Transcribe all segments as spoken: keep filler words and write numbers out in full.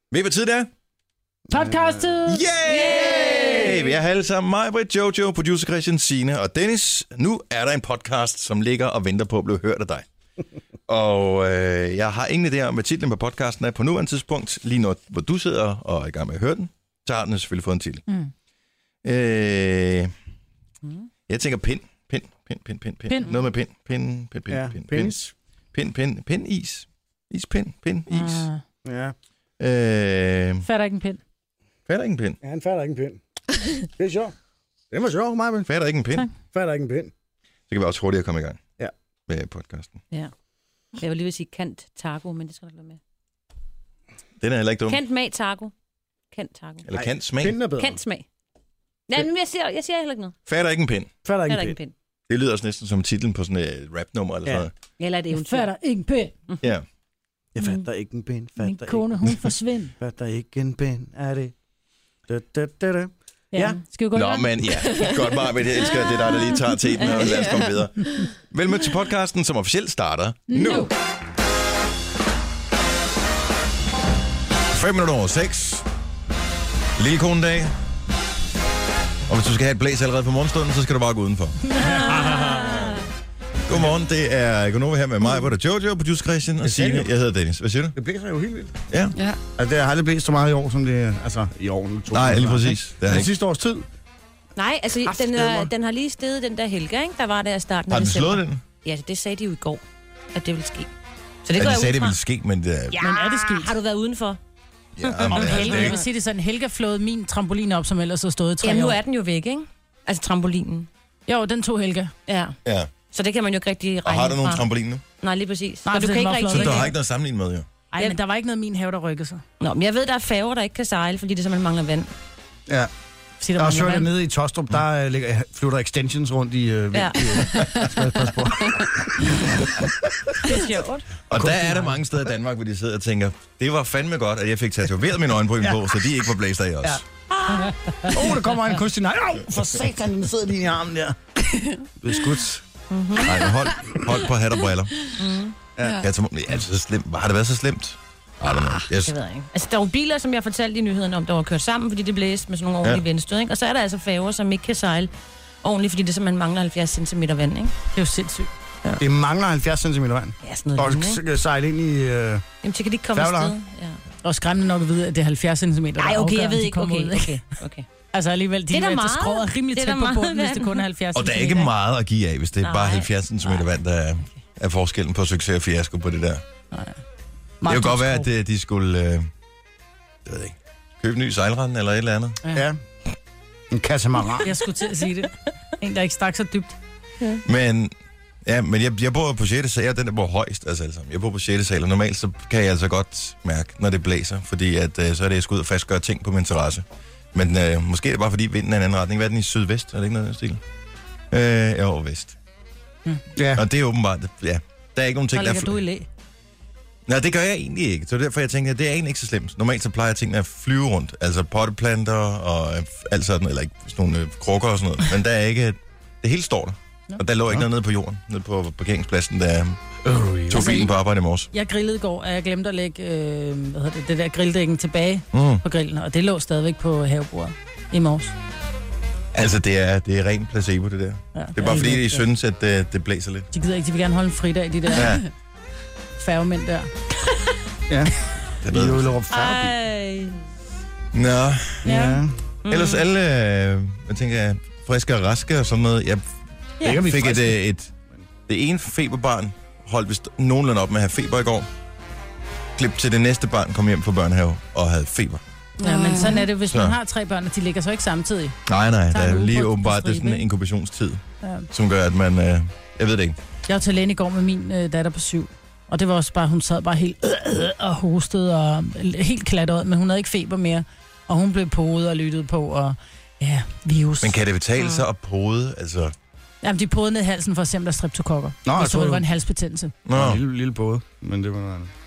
Ved I, hvad tid det er? Podcastet! Yay! Yay! Vi er alle sammen mig, Britt, Jojo, producer Christian, Signe og Dennis. Nu er der en podcast, som ligger og venter på at blive hørt af dig. Og øh, jeg har ingen idé om, hvad titlen på podcasten er på nuværende tidspunkt. Lige når hvor du sidder og er i gang med at høre den, så har den selvfølgelig fået en titel. Mm. Øh, mm. Jeg tænker pind. Pind, pind, pind, pind, pind. Pind. Noget med pind. Pind, pind, pind, Ja, pind, penis. pind, pind, pind, pind, is. Ispind, pind, is. Ah, Ja. Øh, fatter ikke en pind. fatter ikke en pind. Ja, han fatter ikke en pind. Det er sjovt. Det var sjovt, mig, men Fatter ikke en pind. Tak. fatter ikke en pind. Så kan vi også hurtigere komme i gang. Ja. Med podcasten. Ja. Jeg vil lige vil sige kant taco, men det skal du lade med. Den er heller ikke dum. Kant mag taco. Kant taco. Eller kant smag. Pinden er bedre. Kant smag. Ja, men jeg siger, jeg siger heller ikke noget. Fatter ikke en pind. Fatter ikke Fatter en ikke pind. en pind. Det lyder også næsten som titlen på sådan et rap-nummer eller Ja. sådan noget. Eller et Jeg eventyr. fatter ikke en pind. Ja. Jeg fatter ikke en pind. Min Fatter kone, ikke, hun forsvinder. fatter ikke en pind. Er det? Da, da, da, da. Ja. Ja. Skal vi gå i Nå, gang? men ja. Godt meget, men jeg elsker, at det er dig, der lige tager teten, og lad os komme videre. Velkommen til podcasten, som officielt starter nu. Nu. Fem minutter over seks. Lille konedag. Og hvis du skal have et blæs allerede på morgenstunden, så skal du bare gå udenfor. Godmorgen, det er Gunova her med mig, hvor der er Jojo, producer Christian og Signe. Jeg hedder Dennis. Hvad siger du? Det blæser jo helt vildt. Ja. Ja. Altså, det har aldrig blæst så meget i år, som det altså i år. To Nej, lige år. præcis. Det er Den ikke. sidste års tid. Nej, altså Haft den, er, stemmer. den har lige steget, den der Helga, ikke? Der var der i starten Har af den december. slået den? Ja, det sagde de jo i går, at det ville ske. Så det Ja, går de jeg sagde, ud det fra. ville ske, men det er... Ja, Men er det sket? har du været udenfor? Ja, men, Og altså, det Helga, er jeg ikke... vil sige det sådan, Helga flåede min trampolin op, som ellers har stået i tre Jamen, nu år. er den jo væk, ikke? Altså trampolinen. Jo, den tog Helga. Ja. Ja. Så det kan man jo ikke rigtig Og regne har du nogle fra. trampolin nu? Nej, lige præcis. Nej, så du for kan den ikke var rigtig... flot. Så du har ikke noget sammenlignet med, jo? Ej, men der var ikke noget i min have, der rykkede sig. Nå, men jeg ved, der er færger, der ikke kan sejle, fordi det simpelthen mangler vand. Ja. Sig, Der er mangler også vand. nede i Tostrup, der uh, ligger, flyver der extensions rundt i... Uh, Ja. Skal jeg passe på? Det er sjovt. Og der er der mange steder i Danmark, hvor de sidder og tænker, det var fandme godt, at jeg fik tatoveret mine øjenbryn på, så de ikke var blæst af os. Ja. Åh, oh, der kommer en kunstig nej. Au, for satan, den sidder lige i armen der. Det er skudt. Nej, hold, hold på hat og briller. Mm. Ja. Ja, så, ja, så slemt. Har det været så slemt? I don't know. Yes. Det ved jeg ikke. Altså, der er jo biler, som jeg fortalte i nyhederne om, der var kørt sammen, fordi det blæste med sådan nogle ordentlige Ja. ja. vindstød, ikke? Og så er der altså færger, som ikke kan sejle ordentligt, fordi det simpelthen mangler halvfjerds centimeter vand, ikke? Det er jo sindssygt. Det mangler halvfjerds centimeter vand. Ja, sådan noget Og lignende, ikke? skal sejle ind i... Uh... Jamen, så kan de ikke komme Færgeleje. afsted. Ja. Og skræmmende nok at vide, at det er halvfjerds centimeter. Nej, der okay, afgør, jeg om ved de ikke. kommer Okay, ud, ikke? okay, okay. Altså alligevel, de Det er da er meget. skroget er rimelig Det er tæt da på meget bunden, hvis vand. det kun er halvfjerds Og der er centimeter, ikke meget at give af, hvis det er Nej. bare halvfjerds centimeter Nej. vand, der er, er forskellen på succes og fiasko på det der. Nej. Det kan godt være, at de, de skulle øh, jeg ved ikke, købe en ny sejlrand eller et eller andet. Ja. En katamaran. Jeg skulle til at sige det. En, der ikke stak så dybt. Men, ja, men jeg, jeg bor på sjette sal, jeg er den, der bor højst. Altså, altså, jeg bor på sjette sal, og normalt så kan jeg altså godt mærke, når det blæser, fordi at, øh, så er det, jeg skal ud og fastgøre ting på min terrasse. Men øh, måske er det bare, fordi vinden er en anden retning. Hvad er den i sydvest? Er det ikke noget af den stil? Øh, jo, vest. Ja. Og det er åbenbart, ja, der er ikke nogen ting, Så der... ligger du i læ. Nej, det gør jeg egentlig ikke. Så derfor jeg tænker, at det er egentlig ikke så slemt. Normalt så plejer tingene at flyve rundt. Altså potteplanter og øh, alt sådan, eller ikke sådan nogle øh, krukker og sådan noget. Men der er ikke... Det hele står der. Og der lå ikke noget nede på jorden, nede på parkeringspladsen, der Uh, tog bilen på arbejde i morges. Jeg grillede i går, og jeg glemte at lægge øh, hvad hedder det, det der grilldækken tilbage Mm. på grillen, og det lå stadigvæk på havebordet i morges. Altså, det er, det er ren placebo, det der. Ja, Det er bare fordi, de synes, at det, det blæser lidt. De gider ikke, de vil gerne holde en fridag, de der Ja, færgemænd der. Ja. det Det ved er jo jeg. lidt færdig. Ej. Nå, Ja. ellers alle, øh, jeg tænker, friske og raske og sådan noget. Jeg Ikke om vi fik et, friske. øh, et, det ene feberbarn holdt vist nogenlunde op med at have feber i går. Klip til det næste barn kom hjem fra børnehave og havde feber. Ja, men sådan er det, hvis Så. man har tre børn, og de ligger så ikke samtidig. Nej, nej, der Tager en er uge lige på- åbenbart på det er sådan en stribe, ikke? inkubationstid, Ja. som gør, at man, øh, jeg ved det ikke. Jeg var til lægen i går med min øh, datter på syv, og det var også bare, hun sad bare helt øh, øh, og hostede og helt klatret, men hun havde ikke feber mere, og hun blev podet og lyttet på, og ja, virus. Men kan det betale sig at pode? Altså, Jamen, de podede ned i halsen for at se, om der er streptokokker. Nå, jeg Hvis troede, det var det en halsbetændelse. nå, En lille, lille båd, men det var noget andet.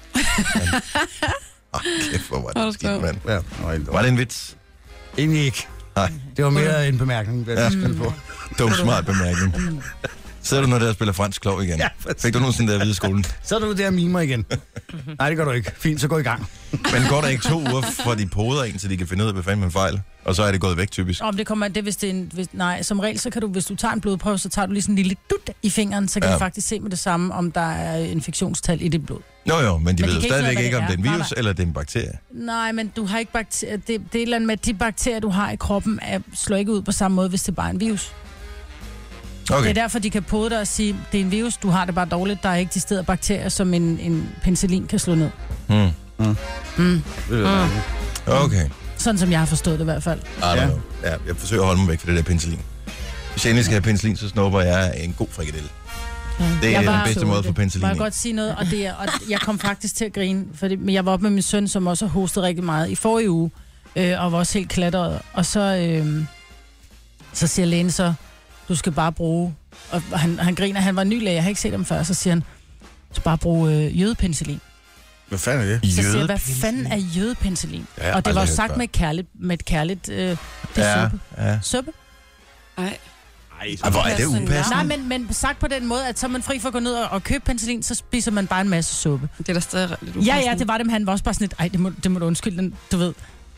oh, kæft, hvor var det skidt, mand. Ja, det var helt Var det en vits? Egentlig ikke. Nej. Det var mere en bemærkning, hvad jeg Ja. skulle på. Dum smart bemærkning. Sidder du nu der og spiller fransk klov igen? Ja, Fik du nogensinde der at vide i skolen? Så er du der mimer igen. Nej, det gør du ikke. Fint, så gå i gang. Men går der ikke to uger, for de poder ind, så de kan finde ud af, hvad fanden man fejl? Og så er det gået væk, typisk. Om det kommer, det hvis det er en, hvis, nej, som regel, så kan du, hvis du tager en blodprøve, så tager du lige sådan en lille dut i fingeren, så kan Ja. du faktisk se med det samme, om der er infektionstal i dit blod. Jo jo, men de Men de ved jo kan ikke stadigvæk vide, ikke, om hvad det er det en er. virus, Nej, eller det er en bakterie. Nej, men du har ikke bakterier. Det, det er et eller andet med, at de bakterier, du har i kroppen, er, slår ikke ud på samme måde, hvis det bare er en virus. Okay. Det er derfor, de kan pode dig og sige, det er en virus, du har det bare dårligt. Der er ikke de steder bakterier, som en, en penicillin kan slå ned. Hmm. Mm. Mm. Okay. Sådan som jeg har forstået det i hvert fald. I don't know. Ja, jeg forsøger at holde mig væk fra det der penicillin. Hvis jeg endelig skal have penicillin, så snupper jeg en god frikadelle. Det er Jeg den var- bedste måde for penicillin. Må jeg i. godt sige noget? Og, det er, og jeg kom faktisk til at grine, fordi men jeg var oppe med min søn, som også har hostet rigtig meget i forrige uge, øh, og var også helt klatret. Og så, øh, så siger lægen så, du skal bare bruge, og han, han griner, han var ny læge, jeg har ikke set ham før, så siger han, du skal bare bruge øh, jødepenicillin. Hvad fanden er det? Så siger jeg, hvad Jødepenicillin? fanden er jødepenicillin? Ja, jeg har og det var aldrig jo hørt sagt før. med et kærligt, med et kærligt, øh, det er Ja, suppe. ja. Suppe? Ej. Ej, Og hvor er det Upassende upassende? Nej, men, men sagt på den måde, at så er man fri for at gå ned og, og købe penicillin, så spiser man bare en masse suppe. Det er da stadig lidt Ja, upassende. ja, det var det, men han var også bare sådan lidt, ej, det må, det må du undskylde, den, du ved.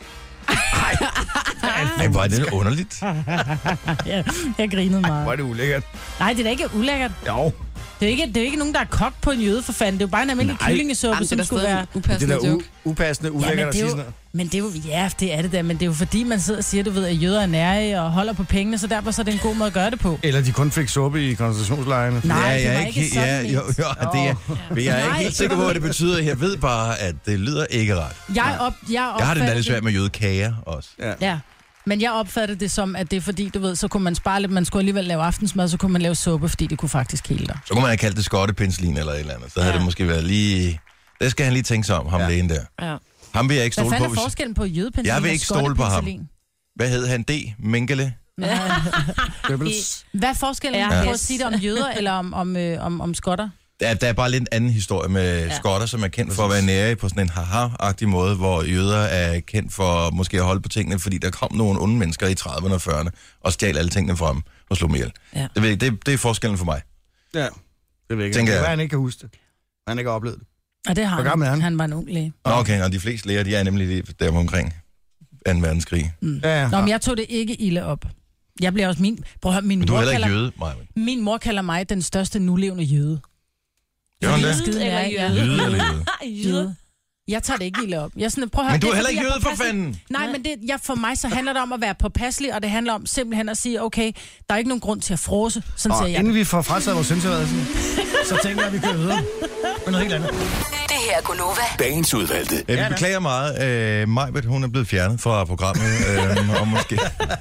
Ej, hvor er det underligt. Ja, jeg grinede hvor meget. er det ulækkert. Nej, det er da ikke ulækkert. Jo. Det er ikke, det er ikke nogen, der er kogt på en jøde for fanden. Det er jo bare en almindelig Nej. kyllingesuppe, Jamen, det er som da skulle stadig være... en Det upassende er da joke. u- upassende, Ja, ulækkert men at det er sige jo, sådan noget. men det er jo, ja, det er det der, men det er jo fordi, man sidder og siger, du ved, at jøder er nære og holder på pengene, så derfor så er det en god måde at gøre det på. Eller de kun fik suppe i koncentrationslejrene. Nej, ja, det jeg var er ikke ikke, sådan ja, ment. jo, jo, det er, men jeg er ikke Nej, helt det sikker på, var- hvad det betyder. Jeg ved bare, at det lyder ikke rart. Jeg, op, jeg, Jeg har det opfatter da lidt svært med jødekager også. Ja, men jeg opfattede det som, at det er fordi, du ved, så kunne man spare lidt, man skulle alligevel lave aftensmad, så kunne man lave suppe, fordi det kunne faktisk hele dig. Så kunne man have kaldt det skottepenicillin eller et eller andet. Så havde Ja. det måske været lige... Det skal han lige tænke sig om, ham Ja. lægen der. Ja. Ham vil jeg ikke Hvad stole på. fanden er Hvis... forskellen på jødepenicillin Jeg vil og ikke stole på ham. skottepenicillin? Hvad hed han? D? Mengele? Goebbels. Hvad er forskellen Ja. på at sige det om jøder eller om, om, øh, om, om skotter? Der, der er bare lidt en anden historie med ja. skotter, som er kendt for at være nære på sådan en haha-agtig måde, hvor jøder er kendt for måske at holde på tingene, fordi der kom nogle onde mennesker i trediverne og fyrrerne og stjal alle tingene fra dem og slog dem ihjel. Ja. Det, ved- det, det er forskellen for mig. Ja, det ved jeg ikke. Tænker Det jeg. er, han ikke kan huske det. Han ikke har oplevet det. Og det har Hvor gammel er han? Han var en ung læge. Nå, okay, og de fleste læger, de er nemlig lige der omkring anden verdenskrig. Ja, ja. Nå, men jeg tog det ikke ilde op. Jeg bliver også min... Prøv at høre, min Men du er mor, heller ikke kalder, jøde, Maja. min mor kalder mig den største nulevende jøde. Gør hun Fordi det? jeg skide Eller er- ja. jøde. Jøde eller jøde? Jøde. Jeg tager det ikke ilde op. Jeg er sådan, prøv at høre, Men du det er heller fordi, ikke jeg jøde for påpasselig. fanden! Nej, men det, jeg, for mig så handler det om at være påpasselig, og det handler om simpelthen at sige, okay, der er ikke nogen grund til at frose. Sådan Og siger jeg. inden vi får frataget vores syndsavadelse, så tænker jeg, at vi kører videre med noget helt andet. Det her er Gunova. Dagens udvalgte. Jeg ja, beklager meget. Øh, Majbet, hun er blevet fjernet fra programmet, øh, og måske...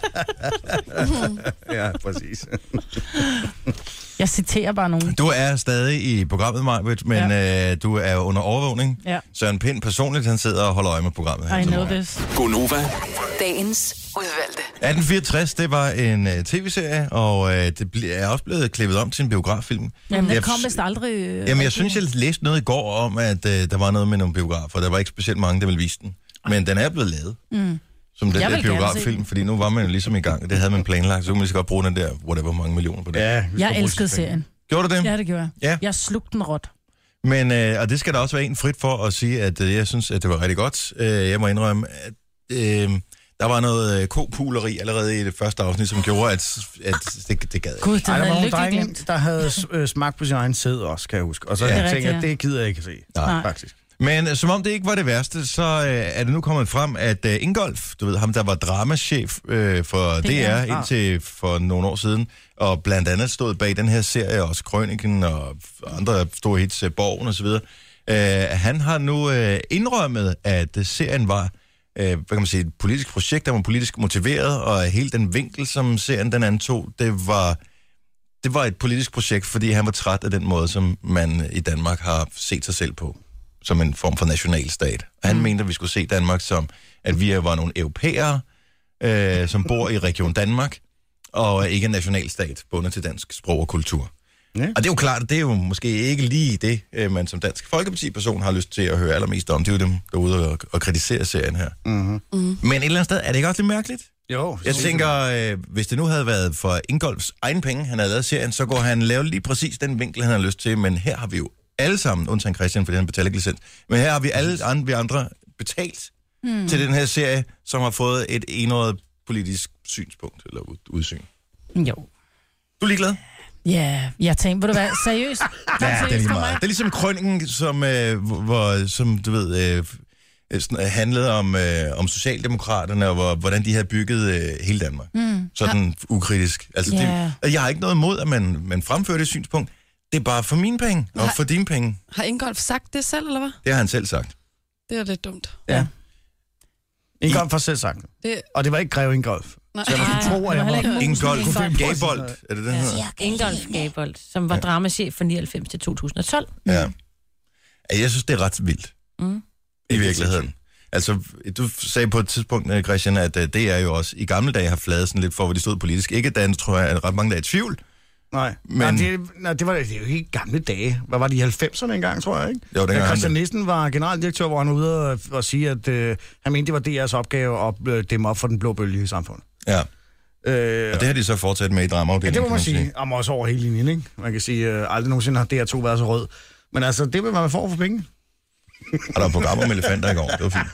Ja, præcis. Jeg citerer bare nogen. Du er stadig i programmet, Majbet, men ja. øh, du er under overvågning. Ja. Søren Pind personligt, han sidder og holder øje med programmet. her I til know morgen. this. Gonova. Dagens udvalgte. atten fireogtres, det var en uh, tv-serie, og uh, det ble, er også blevet klippet om til en biograffilm. Jamen, Jeg det kom s- vist aldrig... Øh, Jamen, jeg synes, jeg læste noget i går om, at uh, der var noget med nogle biografer. Der var ikke specielt mange, der ville vise den. Men den er blevet lavet. Mm. Som den Jeg der vil gerne se biograffilm, den. fordi nu var man jo ligesom i gang, og det havde man planlagt, så kunne man lige så godt bruge den der, whatever, mange millioner på det. Ja, vi skal Jeg bruge elskede sidste penge. serien. Gjorde du det? Ja, det gjorde jeg. Ja. Jeg slugte den råt. Men, øh, og det skal der også være en frit for at sige, at øh, jeg synes, at det var rigtig godt. Øh, jeg må indrømme, at øh, der var noget øh, kopuleri allerede i det første afsnit, som gjorde, at, at det, det gad jeg. Gud, det Ej, der havde var jeg nogle lykkelig drenge, glemt. der havde øh, smagt på sin egen sæd også, kan jeg huske. Og så Ja. ja, Det er tænkte jeg, rigtigt, ja. det gider jeg ikke at se. Nej. Faktisk. Men øh, som om det ikke var det værste, så øh, er det nu kommet frem, at øh, Ingolf, du ved, ham der var dramachef øh, for D R D R. indtil for nogle år siden, og blandt andet stod bag den her serie, også Krøniken og andre store hits, øh, Borgen osv., øh, han har nu øh, indrømmet, at øh, serien var øh, hvad kan man sige, et politisk projekt, der var politisk motiveret, og hele den vinkel, som serien den antog, det var... Det var et politisk projekt, fordi han var træt af den måde, som man i Danmark har set sig selv på, som en form for nationalstat. Og han mm. mente, at vi skulle se Danmark som, at vi var nogle europæere, øh, som bor i Region Danmark, og ikke en nationalstat, bundet til dansk sprog og kultur. Ja. Og det er jo klart, at det er jo måske ikke lige det, øh, man som Dansk Folkeparti-person har lyst til at høre allermest om. Det er jo dem, der er ude og, og kritisere serien her. Mm-hmm. Mm. Men et eller andet sted er det ikke også lidt mærkeligt? Jo. Jeg tænker, øh, hvis det nu havde været for Ingolfs egen penge, han havde lavet serien, så går han lave lige præcis den vinkel, han har lyst til. Men her har vi jo alle sammen, undtagen Christian, fordi han betaler ikke licens, men her har vi alle andre, vi andre betalt hmm. til den her serie, som har fået et enåret politisk synspunkt eller udsyn. Jo. Du er ligeglad? Ja, jeg tænkte, vil du være seriøst? Ja, det er lige meget. Det er ligesom Krøningen, som, øh, hvor, som du ved, øh, sådan, handlede om, øh, om Socialdemokraterne, og hvor, hvordan de havde bygget øh, hele Danmark. Mm. Sådan ja. ukritisk. Altså, yeah. det, jeg har ikke noget imod, at man, man fremfører det synspunkt. Det er bare for mine penge, og har, for dine penge. Har Ingolf sagt det selv, eller hvad? Det har han selv sagt. Det er lidt dumt. Ja. Ingolf har selv sagt det. Og det var ikke Greve Ingolf. Nej. Så jeg tror, at jeg var... Ingolf Gabold, er det den hedder? Ja, Ingolf Gabold, som var ja. dramachef fra nioghalvfems til to tusind og tolv. Ja. Jeg synes, det er ret vildt. Mm. I virkeligheden. Altså, du sagde på et tidspunkt, Christian, at det er jo også i gamle dage har fladet sådan lidt for, hvor de stod politisk. Ikke den, tror jeg, at ret mange der er i tvivl. Nej, men... nej, det, nej det, var, det er jo ikke gamle dage. Hvad var det i halvfemserne engang, tror jeg, ikke? Jo, dengang ja, Christian Nielsen var generaldirektør, hvor han var ude og, og sige, at øh, han mente, det var D R's opgave at øh, dæmme op for den blå bølge i samfundet. Ja. Øh, og det har de så fortsat med i dramaafdelingen. Ja, det må man sige. sige. Og også over hele linjen, ikke? Man kan sige, øh, aldrig nogensinde har D R to været så rød. Men altså, det vil man få for penge. Og der var program om elefanter i går. Det var fint.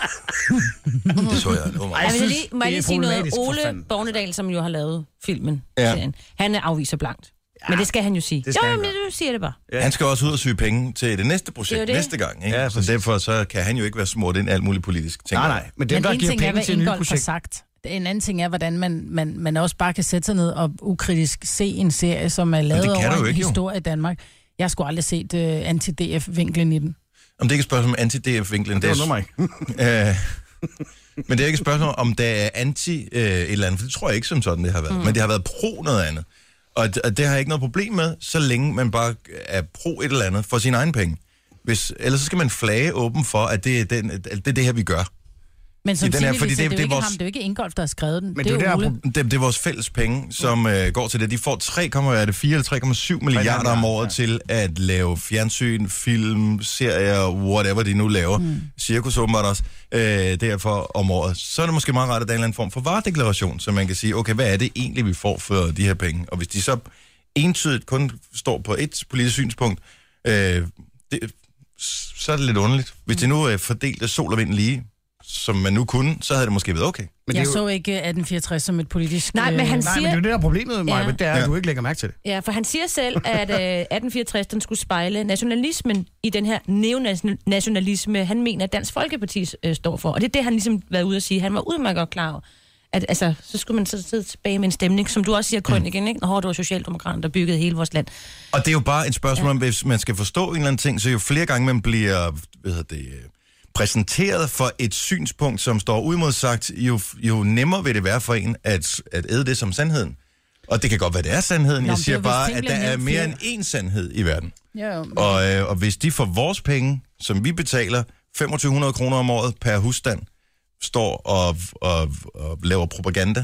Det så jeg. Det var meget. Jeg vil lige, må jeg lige sige noget. Ole Bornedal, som jo har lavet filmen, ja. han afviser blankt. Ja, men det skal han jo sige. Jo, men du siger det bare. Ja. Han skal også ud og syge penge til det næste projekt det det. næste gang. Ikke? Ja, så derfor så kan han jo ikke være smurt ind i alt muligt politisk. Nej, nej. Men, det, men der en ting er, hvad Ingolf har sagt. En anden ting er, hvordan man, man, man også bare kan sætte sig ned og ukritisk se en serie, som er lavet over en historie i Danmark. Jeg har sgu aldrig set uh, anti-D F-vinklen i den. Om det er ikke et spørgsmål om anti-D F-vinklen. Det var mig. øh, men det er ikke et spørgsmål om der er anti øh, et eller andet, for det tror jeg ikke som sådan, det har været. Mm. Men det har været pro noget andet. Og, og det har jeg ikke noget problem med, så længe man bare er pro et eller andet for sine egne penge. Hvis, ellers så skal man flage åben for, at det er, den, at det, er det her, vi gør. Men som Signe, det, det, det, er jo ikke vores... ham, det er jo ikke Ingolf, der har skrevet den. Men det, det, er, jo det, det, det er vores fælles penge, som øh, går til det. De får tre komma fire eller tre komma syv milliarder om året ja. til at lave fjernsyn, film, serier, whatever de nu laver. Mm. Cirkus åbenbart også, øh, derfor om året. Så er det måske meget rart, at der er en eller anden form for varedeklaration, så man kan sige, okay, hvad er det egentlig, vi får for de her penge? Og hvis de så entydigt kun står på et politisk synspunkt, øh, det, så er det lidt underligt. Hvis de nu øh, fordelte sol og vind lige, som man nu kunne, så havde det måske været okay. Men jeg jo... så ikke atten fireogtres som et politisk... Nej, men han siger... Nej, men det er jo det, der er problemet med ja. mig, det er, at ja. du ikke lægger mærke til det. Ja, for han siger selv, at uh, atten fireogtres, den skulle spejle nationalismen i den her neonationalisme, han mener, at Dansk Folkeparti uh, står for. Og det er det, han ligesom været ude at sige. Han var udmærket klar over, at altså, så skulle man så sidde tilbage med en stemning, som du også siger, Krøniken, mm. ikke? Når det var Socialdemokraterne, der byggede hele vores land. Og det er jo bare et spørgsmål ja. om, hvis man skal forstå en eller anden ting, så jo flere gange man bliver, hvad hedder det... præsenteret for et synspunkt, som står uimodsagt, jo, jo nemmere vil det være for en at, at æde det som sandheden. Og det kan godt være, det er sandheden. Nå, jeg siger bare, at der er mere end én sandhed i verden. Jo. Og, øh, og hvis de for vores penge, som vi betaler, femogtyve hundrede kroner om året per husstand, står og, og, og laver propaganda,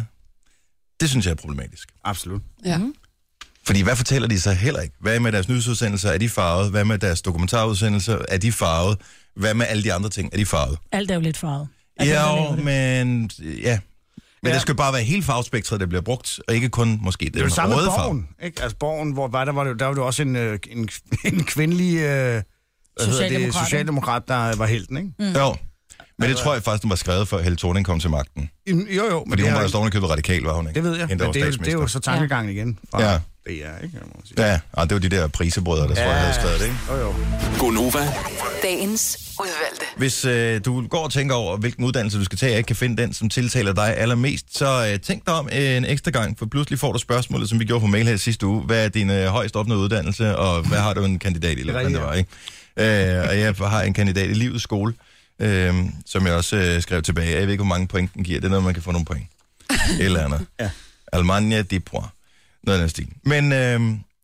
det synes jeg er problematisk. Absolut. Ja. Mm. Fordi hvad fortæller de så heller ikke? Hvad med deres nyhedsudsendelser? Er de farvet? Hvad med deres dokumentarudsendelser? Er de farvet? Hvad med alle de andre ting? Er de farvet? Alt er jo lidt farvet. Ja, men... Ja. Men ja. det skal bare være helt farvespektret, der bliver brugt, og ikke kun måske den røde farve. Det er jo samme Borgen, ikke? Altså Borgen, hvor var der, var det, der var det også en, en, en kvindelig øh, socialdemokrat, det, socialdemokrat, der var helten, ikke? Mm. Jo. Men det tror jeg faktisk, den var skrevet, før Helle Thorning kom til magten. Jo, jo. Men fordi hun var jo stående købet radikal, var hun ikke? Det ved jeg, men det er, jo, det er jo så tankegangen igen. Fra ja. Det er, ikke? Ja, og det var de der prisebrødre, der ja. tror jeg havde skrevet det, ikke? Jo, jo. Gonova. Dagens udvalgte. Hvis øh, du går og tænker over, hvilken uddannelse du skal tage, og ikke kan finde den, som tiltaler dig allermest, så øh, tænk dig om en ekstra gang, for pludselig får du spørgsmålet, som vi gjorde på mail her sidste uge. Hvad er din øh, højst opnåede uddannelse, og hvad har du en kandidat i? Eller hvad det var, ikke? Øh, og jeg har en kandidat i livets skole, øh, som jeg også øh, skrev tilbage. Jeg ved ikke, hvor mange point den giver. Det er noget, man kan få nogle point. Et eller andet. Ja. Almania de Poix. Noget af den stil. Men, øh,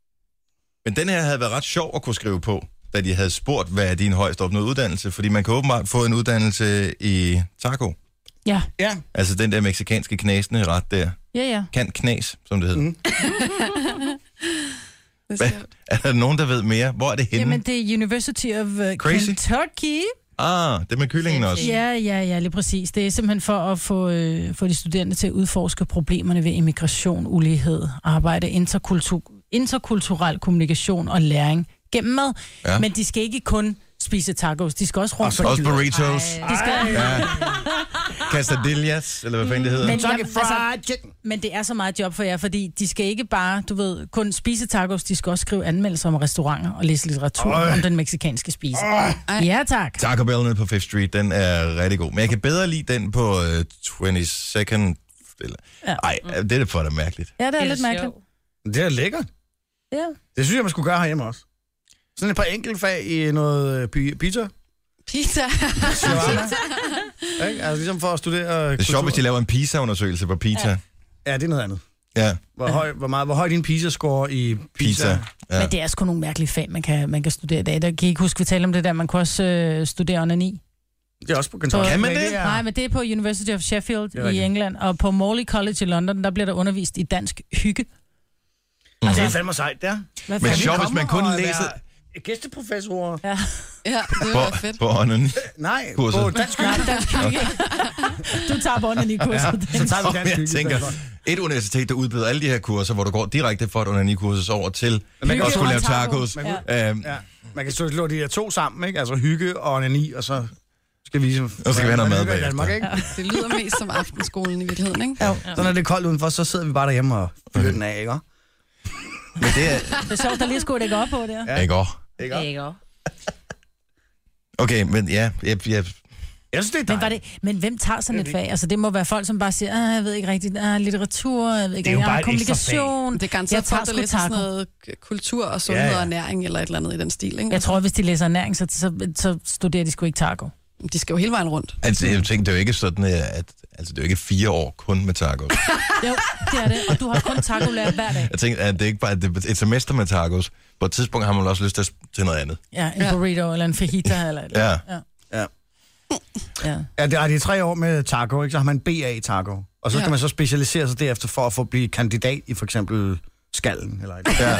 men den her havde været ret sjov at kunne skrive på, da de havde spurgt, hvad er din højst opnåede uddannelse? Fordi man kan åbenbart få en uddannelse i taco. Ja. Ja. Altså den der mexikanske knasende ret der. Ja, ja. Kan knas, som det hedder. Mm. Hvad, er der nogen, der ved mere? Hvor er det henne? Jamen, det er University of uh, Crazy? Kentucky. Ah, det med kyllingen også. Ja, ja, ja, lige præcis. Det er simpelthen for at få, øh, få de studerende til at udforske problemerne ved immigration, ulighed, arbejde, interkultur, interkulturel kommunikation og læring gennem mad. Ja. Men de skal ikke kun spise tacos, de skal også rundt Og også burritos. De skal... Ja. Quesadillas, eller hvad fanden det hedder. Men, jamen, altså, men det er så meget job for jer, fordi de skal ikke bare, du ved, kun spise tacos, de skal også skrive anmeldelser om restauranter og læse litteratur Øj. om den meksikanske spise. Øj. Ja, tak. Taco Bell nede på Fifth Street, den er rigtig god. Men jeg kan bedre lide den på uh, tyve-second. Ja. Ej, det er for det mærkeligt. Ja, det er, Det er lidt mærkeligt. Det er lækkert. Ja. Det synes jeg, man skulle gøre herhjemme også. Sådan et par enkelte fag i noget pi- pizza. Pizza. Ikke? Altså ligesom for at studere Det er sjovt, hvis de laver en PISA-undersøgelse på pizza. Ja, Ja, det er noget andet. ja. Hvor høj, hvor meget, hvor høj din pizza-score i pizza? Pizza. Ja. Men det er sgu nogle mærkelige fag, man kan, man kan studere i dag. Der kan I ikke huske, vi talte om det der, man kunne også øh, studere onani. Det er også på Kentucky. Kan man det? er... Nej, men det er på University of Sheffield i rigtigt. England, og på Morley College i London, der bliver der undervist i dansk hygge. Mm. Altså, det er fandme sejt, der. Hvad Men fanden? sjovt, hvis man kun og læser være gæsteprofessorer. Ja. Ja, det på, var fedt. på onani. Nej, Kurset. på dansk Nej, dansk hygge. Du tager på onani-kurset. Ja, så tager vi Og dansk jeg hygge. tænker, et universitet, der udbyder alle de her kurser, hvor du går direkte fra et onani-kursus over til man kan at skulle lave også- tacos. Man Ja. Øhm, Ja, man kan slå de der to sammen, ikke? Altså hygge og onani, og så skal vi vise... Og så skal vi have noget mad hygger i bagefter. Danmark, ikke? Det lyder mest som aftenskolen i virkeligheden, ikke? Ja. Så når det er koldt udenfor, så sidder vi bare derhjemme og fyrer den af, ikke? Men det er Det er sjovt, der lige skulle ikke op på det. Ja. ikke også. Ikke? Ikke også? Okay, men ja, jeg, jeg, Jeg synes, det er Men, var dejligt. det, men hvem tager sådan et fag? Altså, det må være folk, som bare siger, ah, jeg ved ikke rigtigt, ah, litteratur, jeg ved ikke, Det er jo ah, bare et kommunikation. Det er Jeg garanteret tager folk, der sgu læser sådan taco. noget kultur og sundhed Ja, ja. og ernæring eller et eller andet i den stil, ikke? Jeg tror, hvis de læser ernæring, så, så, så studerer de sgu ikke taco. De skal jo hele vejen rundt. altså, jeg tænker, det er jo ikke sådan, at altså, det er jo ikke fire år kun med tacos. Jo, det er det, og du har kun taco-lærer hver dag. Jeg tænker, at det er ikke bare at det er et semester med tacos. På et tidspunkt har man også lyst til, til noget andet. Ja, en burrito eller en fajita eller et eller Ja. andet. Ja. Ja. Ja, det er de tre år med taco, ikke? Så har man B A i taco. Og så skal Ja. man så specialisere sig derefter for at få blive kandidat i for eksempel skallen. Eller et. Ja.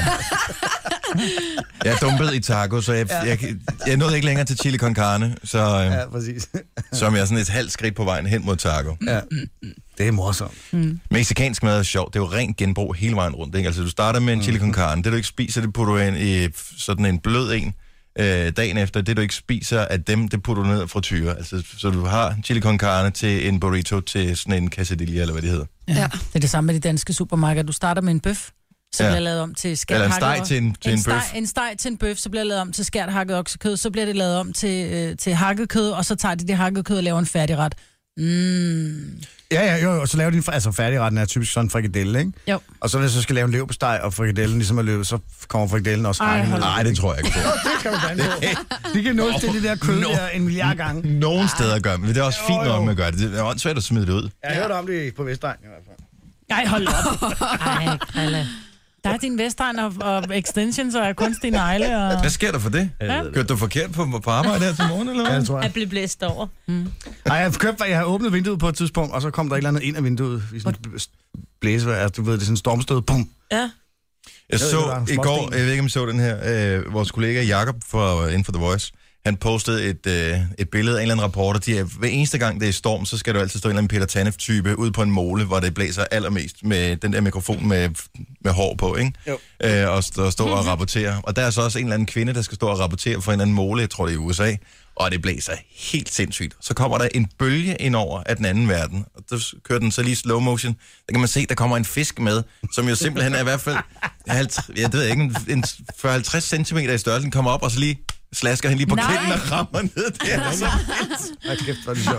Jeg er dumpet i taco, så jeg, jeg, jeg, jeg nåede ikke længere til chili con carne, så øh, Ja, præcis. som jeg er sådan et halvt skridt på vejen hen mod taco. Ja. Det er morsomt. Mexikansk mad er sjovt. Det er jo rent genbrug hele vejen rundt. Ikke? Altså, du starter med en chili con carne. Det, du ikke spiser, det putter du ind i sådan en blød en øh, dagen efter. Det, du ikke spiser af dem, det putter du ned fra tyre. Altså, så du har chili con carne til en burrito til sådan en quesadilla, eller hvad det hedder. Ja. Ja. Det er det samme med de danske supermarkeder. Du starter med en bøf, så Ja. bliver lavet om til skært Eller en hakket steg til en, til en, steg, bøf. en steg til en bøf, så bliver det lavet om til skært hakket oksekød, så bliver det lavet om til, øh, til hakket kød, og så tager de det hakket kød og laver en færdigret. Mm. Ja, ja, jo, jo, og så laver de en, altså færdigretten er typisk sådan en frikadelle, ikke? Jo. Og så når jeg så skal lave en leverpostej, og frikadellen ligesom er løbet, så kommer frikadellen også Ej, hakket ned. hold Nej, det tror jeg ikke på. Det kan du bande på. De kan nulstille det der kød Nå. der en milliard gange. Nogle steder gør man, men det er også Jo, fint nok, jo. man gør det. Det er åndssvagt at smide det ud. Jeg har hørt om det på Vestegn i hvert fald. Nej, hold op. Ej, Krille. Der er din Vestegn og, og extensions og kunstige negle. Og... Hvad sker der for det? Ja. Kørte du forkert på, på arbejde her til morgen, eller Ja, hvad? det tror jeg. At blive blæst over. Nej, jeg har købt, jeg har åbnet vinduet på et tidspunkt, og så kom der et eller andet ind af vinduet i sådan et blæsevejr. Altså, du ved, det er sådan en stormstød. Pum. Ja. Jeg ved, det så var en i går, småsten. jeg ved ikke, om I så den her, øh, vores kollega Jakob fra Inden for The Voice, han postede et, øh, et billede af en eller anden reporter. De er, hver eneste gang det er storm, så skal du altid stå en eller anden Peter Tanef-type ude på en mole, hvor det blæser allermest med den der mikrofon med, med hår på, ikke? Jo. Øh, og, st- og stå og rapportere. Og der er så også en eller anden kvinde, der skal stå og rapportere for en eller anden mole, jeg tror det er i U S A, og det blæser helt sindssygt. Så kommer der en bølge ind over af den anden verden, og så kører den så lige slow motion. Der kan man se, der kommer en fisk med, som jo simpelthen er i hvert fald halvtreds, jeg ved ikke, en, en fyrre til halvtreds centimeter i størrelsen, kommer op og så lige slasker han lige på Nej. kinden og rammer ned der. Så, Ej, kæft, hvor er det sjovt.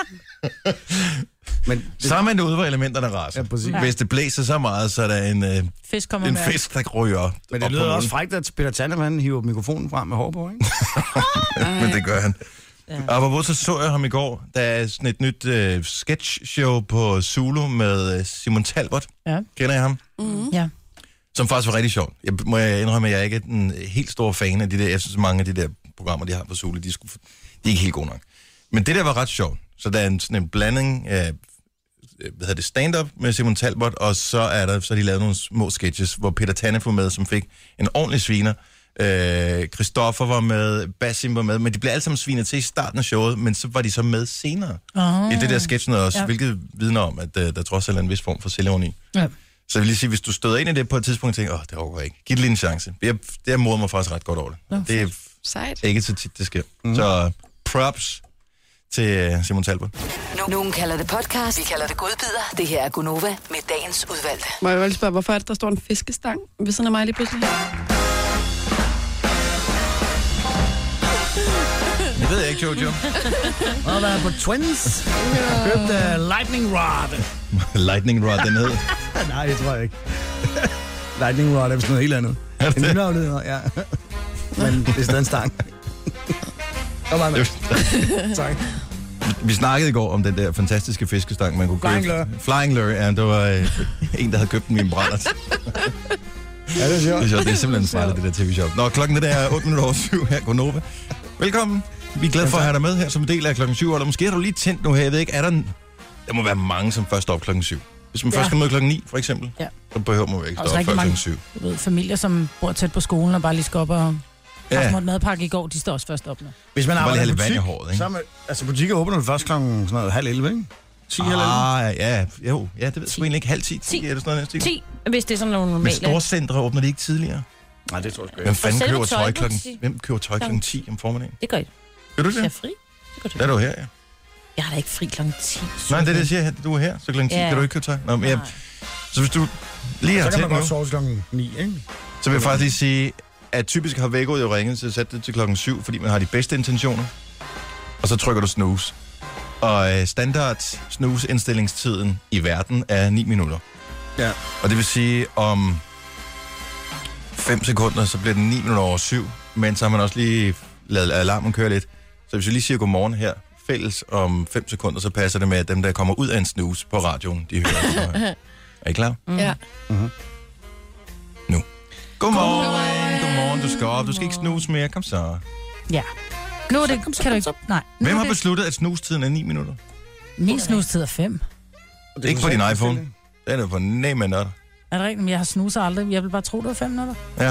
Men det, så er man ude, hvor elementerne raser. Ja, præcis. Hvis det blæser så meget, så er der en, øh, Fisk kommer en med. fisk, der ryger op. men op det på lyder også målen. frækt, at Peter Tanef, han hiver mikrofonen frem med hår på, ikke? Men det gør han. Ja. Og hvor så så jeg ham i går, der er sådan et nyt øh, sketch-show på Zulu med øh, Simon Talbot. Ja. Kender I ham? Mm. Ja. Som faktisk var rigtig sjovt. Jeg må jeg indrømme, at jeg ikke er den helt store fan af de der, jeg synes mange af de der programmer, de har på Zulu, de er, sgu, de er ikke helt gode nok. Men det der var ret sjovt. Så der er en, sådan en blanding af hvad hedder det, stand-up med Simon Talbot, og så er der så har de lavet nogle små sketches, hvor Peter Tanef var med, som fik en ordentlig sviner Øh, Christoffer var med, Basim var med, men de blev alle sammen svinet til i starten af showet, men så var de så med senere. Oh. I det der sketch noget også, Ja. hvilket vidner om, at uh, der trods alt er en vis form for selvironi. Ja. Så jeg vil lige sige, hvis du støder ind i det på et tidspunkt og tænker, åh, det overgår jeg ikke. Giv det lige en chance. Jeg, det har modet mig faktisk ret godt over det. Nå, Det er Sejt. ikke så tit, det sker. Mm. Så props til uh, Simon Talbot. Nogen kalder det podcast, vi kalder det godbider. Det her er Gunova med dagens udvalgte. Må jeg jo lige spørge, hvorfor er det, der står en fiskestang ved siden af mig lige pludselig? Det ved jeg ikke, Jojo. Og der er på Twins. Købt uh, Lightning Rod. Lightning Rod, den hed. Nej, det tror jeg ikke. Lightning Rod er vist noget helt andet. Er det En det? lynafleder, ja. Men det er stadig en stang. Kom bare med. Tak. Vi snakkede i går om den der fantastiske fiskestang, man kunne købe. Flying Lure. Flying Lure, ja. Det var øh, en, der havde købt den i en brændert. Ja, det er sjovt. Det er, sjovt. Det er simpelthen smart, det der tv-shop. Nå, klokken det er otte minutter over syv her, Gonova. Velkommen. Vi er glade for at have dig med her som en del af klokken syv. Eller måske har du lige tændt nu her. Jeg ved ikke, er der en... Der må være mange, som først står op klokken syv. Hvis man ja. først skal møde klokken ni, for eksempel, Ja. så behøver man jo ikke stå Også op rigtig før mange- klokken syv. Du ved, familier, som bor tæt på skolen og bare lige skal op og Ja. har måttet madpakke i går, de står også først op nu. Hvis man Bare lige arbejder have i lidt vand i butik, håret, ikke? så er man, altså butikker åbner først klokken sådan noget, halv elleve, ikke? ti halv elleve. Ah, ja, jo, ja, det ved jeg sgu egentlig ikke. Halv ti, ti, Ti. er det sådan noget næste? ti, hvis det er sådan nogle Men normale. storcentre åbner de ikke tidligere? Nej, det tror jeg sgu Hvem ikke. fanden selve køber tøj tøjbutik- klokken... Hvem køber tøj klokken ti om formiddagen? Det gør jeg. Gør du Jeg er det? fri. Det gør du. Der er du her, ja. Jeg har da ikke fri klokken ti. Nej, det er det, jeg siger her. Du er her, så klokken ti Ja. kan du ikke købe tøj. Nå, men jeg, Nej. så hvis du lige har Så kan man tændt nu, godt sove til klokken ni, ikke? så vil jeg faktisk lige sige, at typisk har Vækkeud jo ringet til at sætte det til klokken syv, fordi man har de bedste intentioner. Og så trykker du snooze. Og øh, standard snooze-indstillingstiden i verden er ni minutter. Ja. Og det vil sige, om fem sekunder, så bliver den ni minutter over syv. Men så har man også lige lavet alarmen køre lidt. Så hvis vi lige siger godmorgen her, fælles om fem sekunder, så passer det med, at dem, der kommer ud af en snooze på radioen, de hører. Så, er I klar? Mm. Ja. Nu. Godmorgen. Godmorgen, du skal op. Du skal ikke snooze mere. Kom så. Ja. Nu er det, kan du ikke... Nej. Nu Hvem er har det, besluttet, at snustiden er ni minutter? min snustid er fem. Det er ikke på din iPhone. Den er på nem minutter. Er det rigtigt? Men jeg har snuset aldrig. Jeg vil bare tro, det var fem minutter. Ja.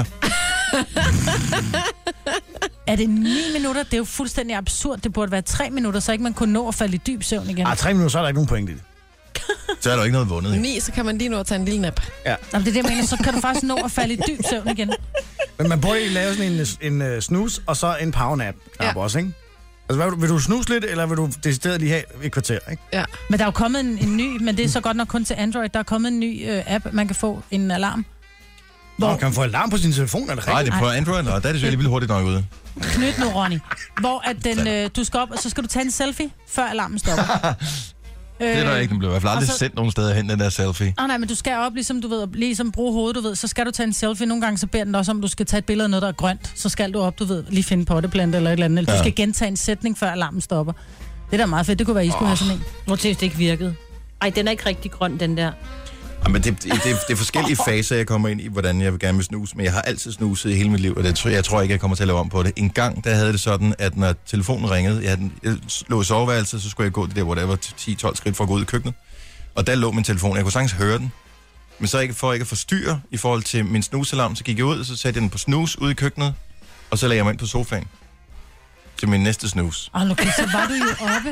Er det ni minutter? Det er jo fuldstændig absurd. Det burde være tre minutter, så ikke man kunne nå at falde i dyb søvn igen. Ah, tre minutter, så er der ikke nogen point i det. Så er der jo ikke noget vundet. Ni, så kan man lige nå at tage en lille nap. Jamen, det er det, jeg mener. Så kan du faktisk nå at falde i dyb søvn igen. Men man burde ikke lave sådan en, en uh, snus, og så en powernap knap Ja. også, ikke? Altså, hvad, vil du- vil du snuse lidt, eller vil du decideret lige have et kvarter, ikke? Ja. Men der er jo kommet en, en ny, men det er så godt nok kun til Android. Der er kommet en ny øh, app, man kan få en alarm. Hvor Hvor, kan man få alarm på sin telefon, er det Nej, rigtigt? det er på Android, og der er det så vildt hurtigt nok ude. knyt nu, Ronny. Hvor at den, øh, du skal op, og så skal du tage en selfie, før alarmen stopper. Det er der ikke, den blev i hvert fald aldrig og så- sendt nogen steder hen, den der selfie. Ah, nej, men du skal op, ligesom du ved, og ligesom bruge hovedet, du ved, så skal du tage en selfie. Nogle gange så beder den også om, du skal tage et billede af noget, der er grønt. Så skal du op, du ved, lige finde potteplante eller et eller andet. Eller Ja. du skal gentage en sætning, før alarmen stopper. Det er da meget fedt. Det kunne være, I skulle have sådan en. Hvor til, hvis det ikke virkede. Ej, den er ikke rigtig grøn, den der. Jamen, det, det, det, det er forskellige faser, jeg kommer ind i, hvordan jeg vil gerne vil snuse. Men jeg har altid snuset i hele mit liv, og det, tror- jeg tror ikke, jeg kommer til at lave om på det. En gang, der havde det sådan, at når telefonen ringede, jeg, havde, den- jeg lå i soveværelset, så skulle jeg gå det der, hvor der var ti tolv skridt for at gå ud i køkkenet. Og der lå min telefon. Jeg kunne sagtens høre den. Men så ikke, for ikke at forstyrre i forhold til min snusalarm, så gik jeg ud, og så satte jeg den på snus ude i køkkenet, og så lagde jeg mig ind på sofaen til min næste snus. Åh, okay, så var du jo oppe.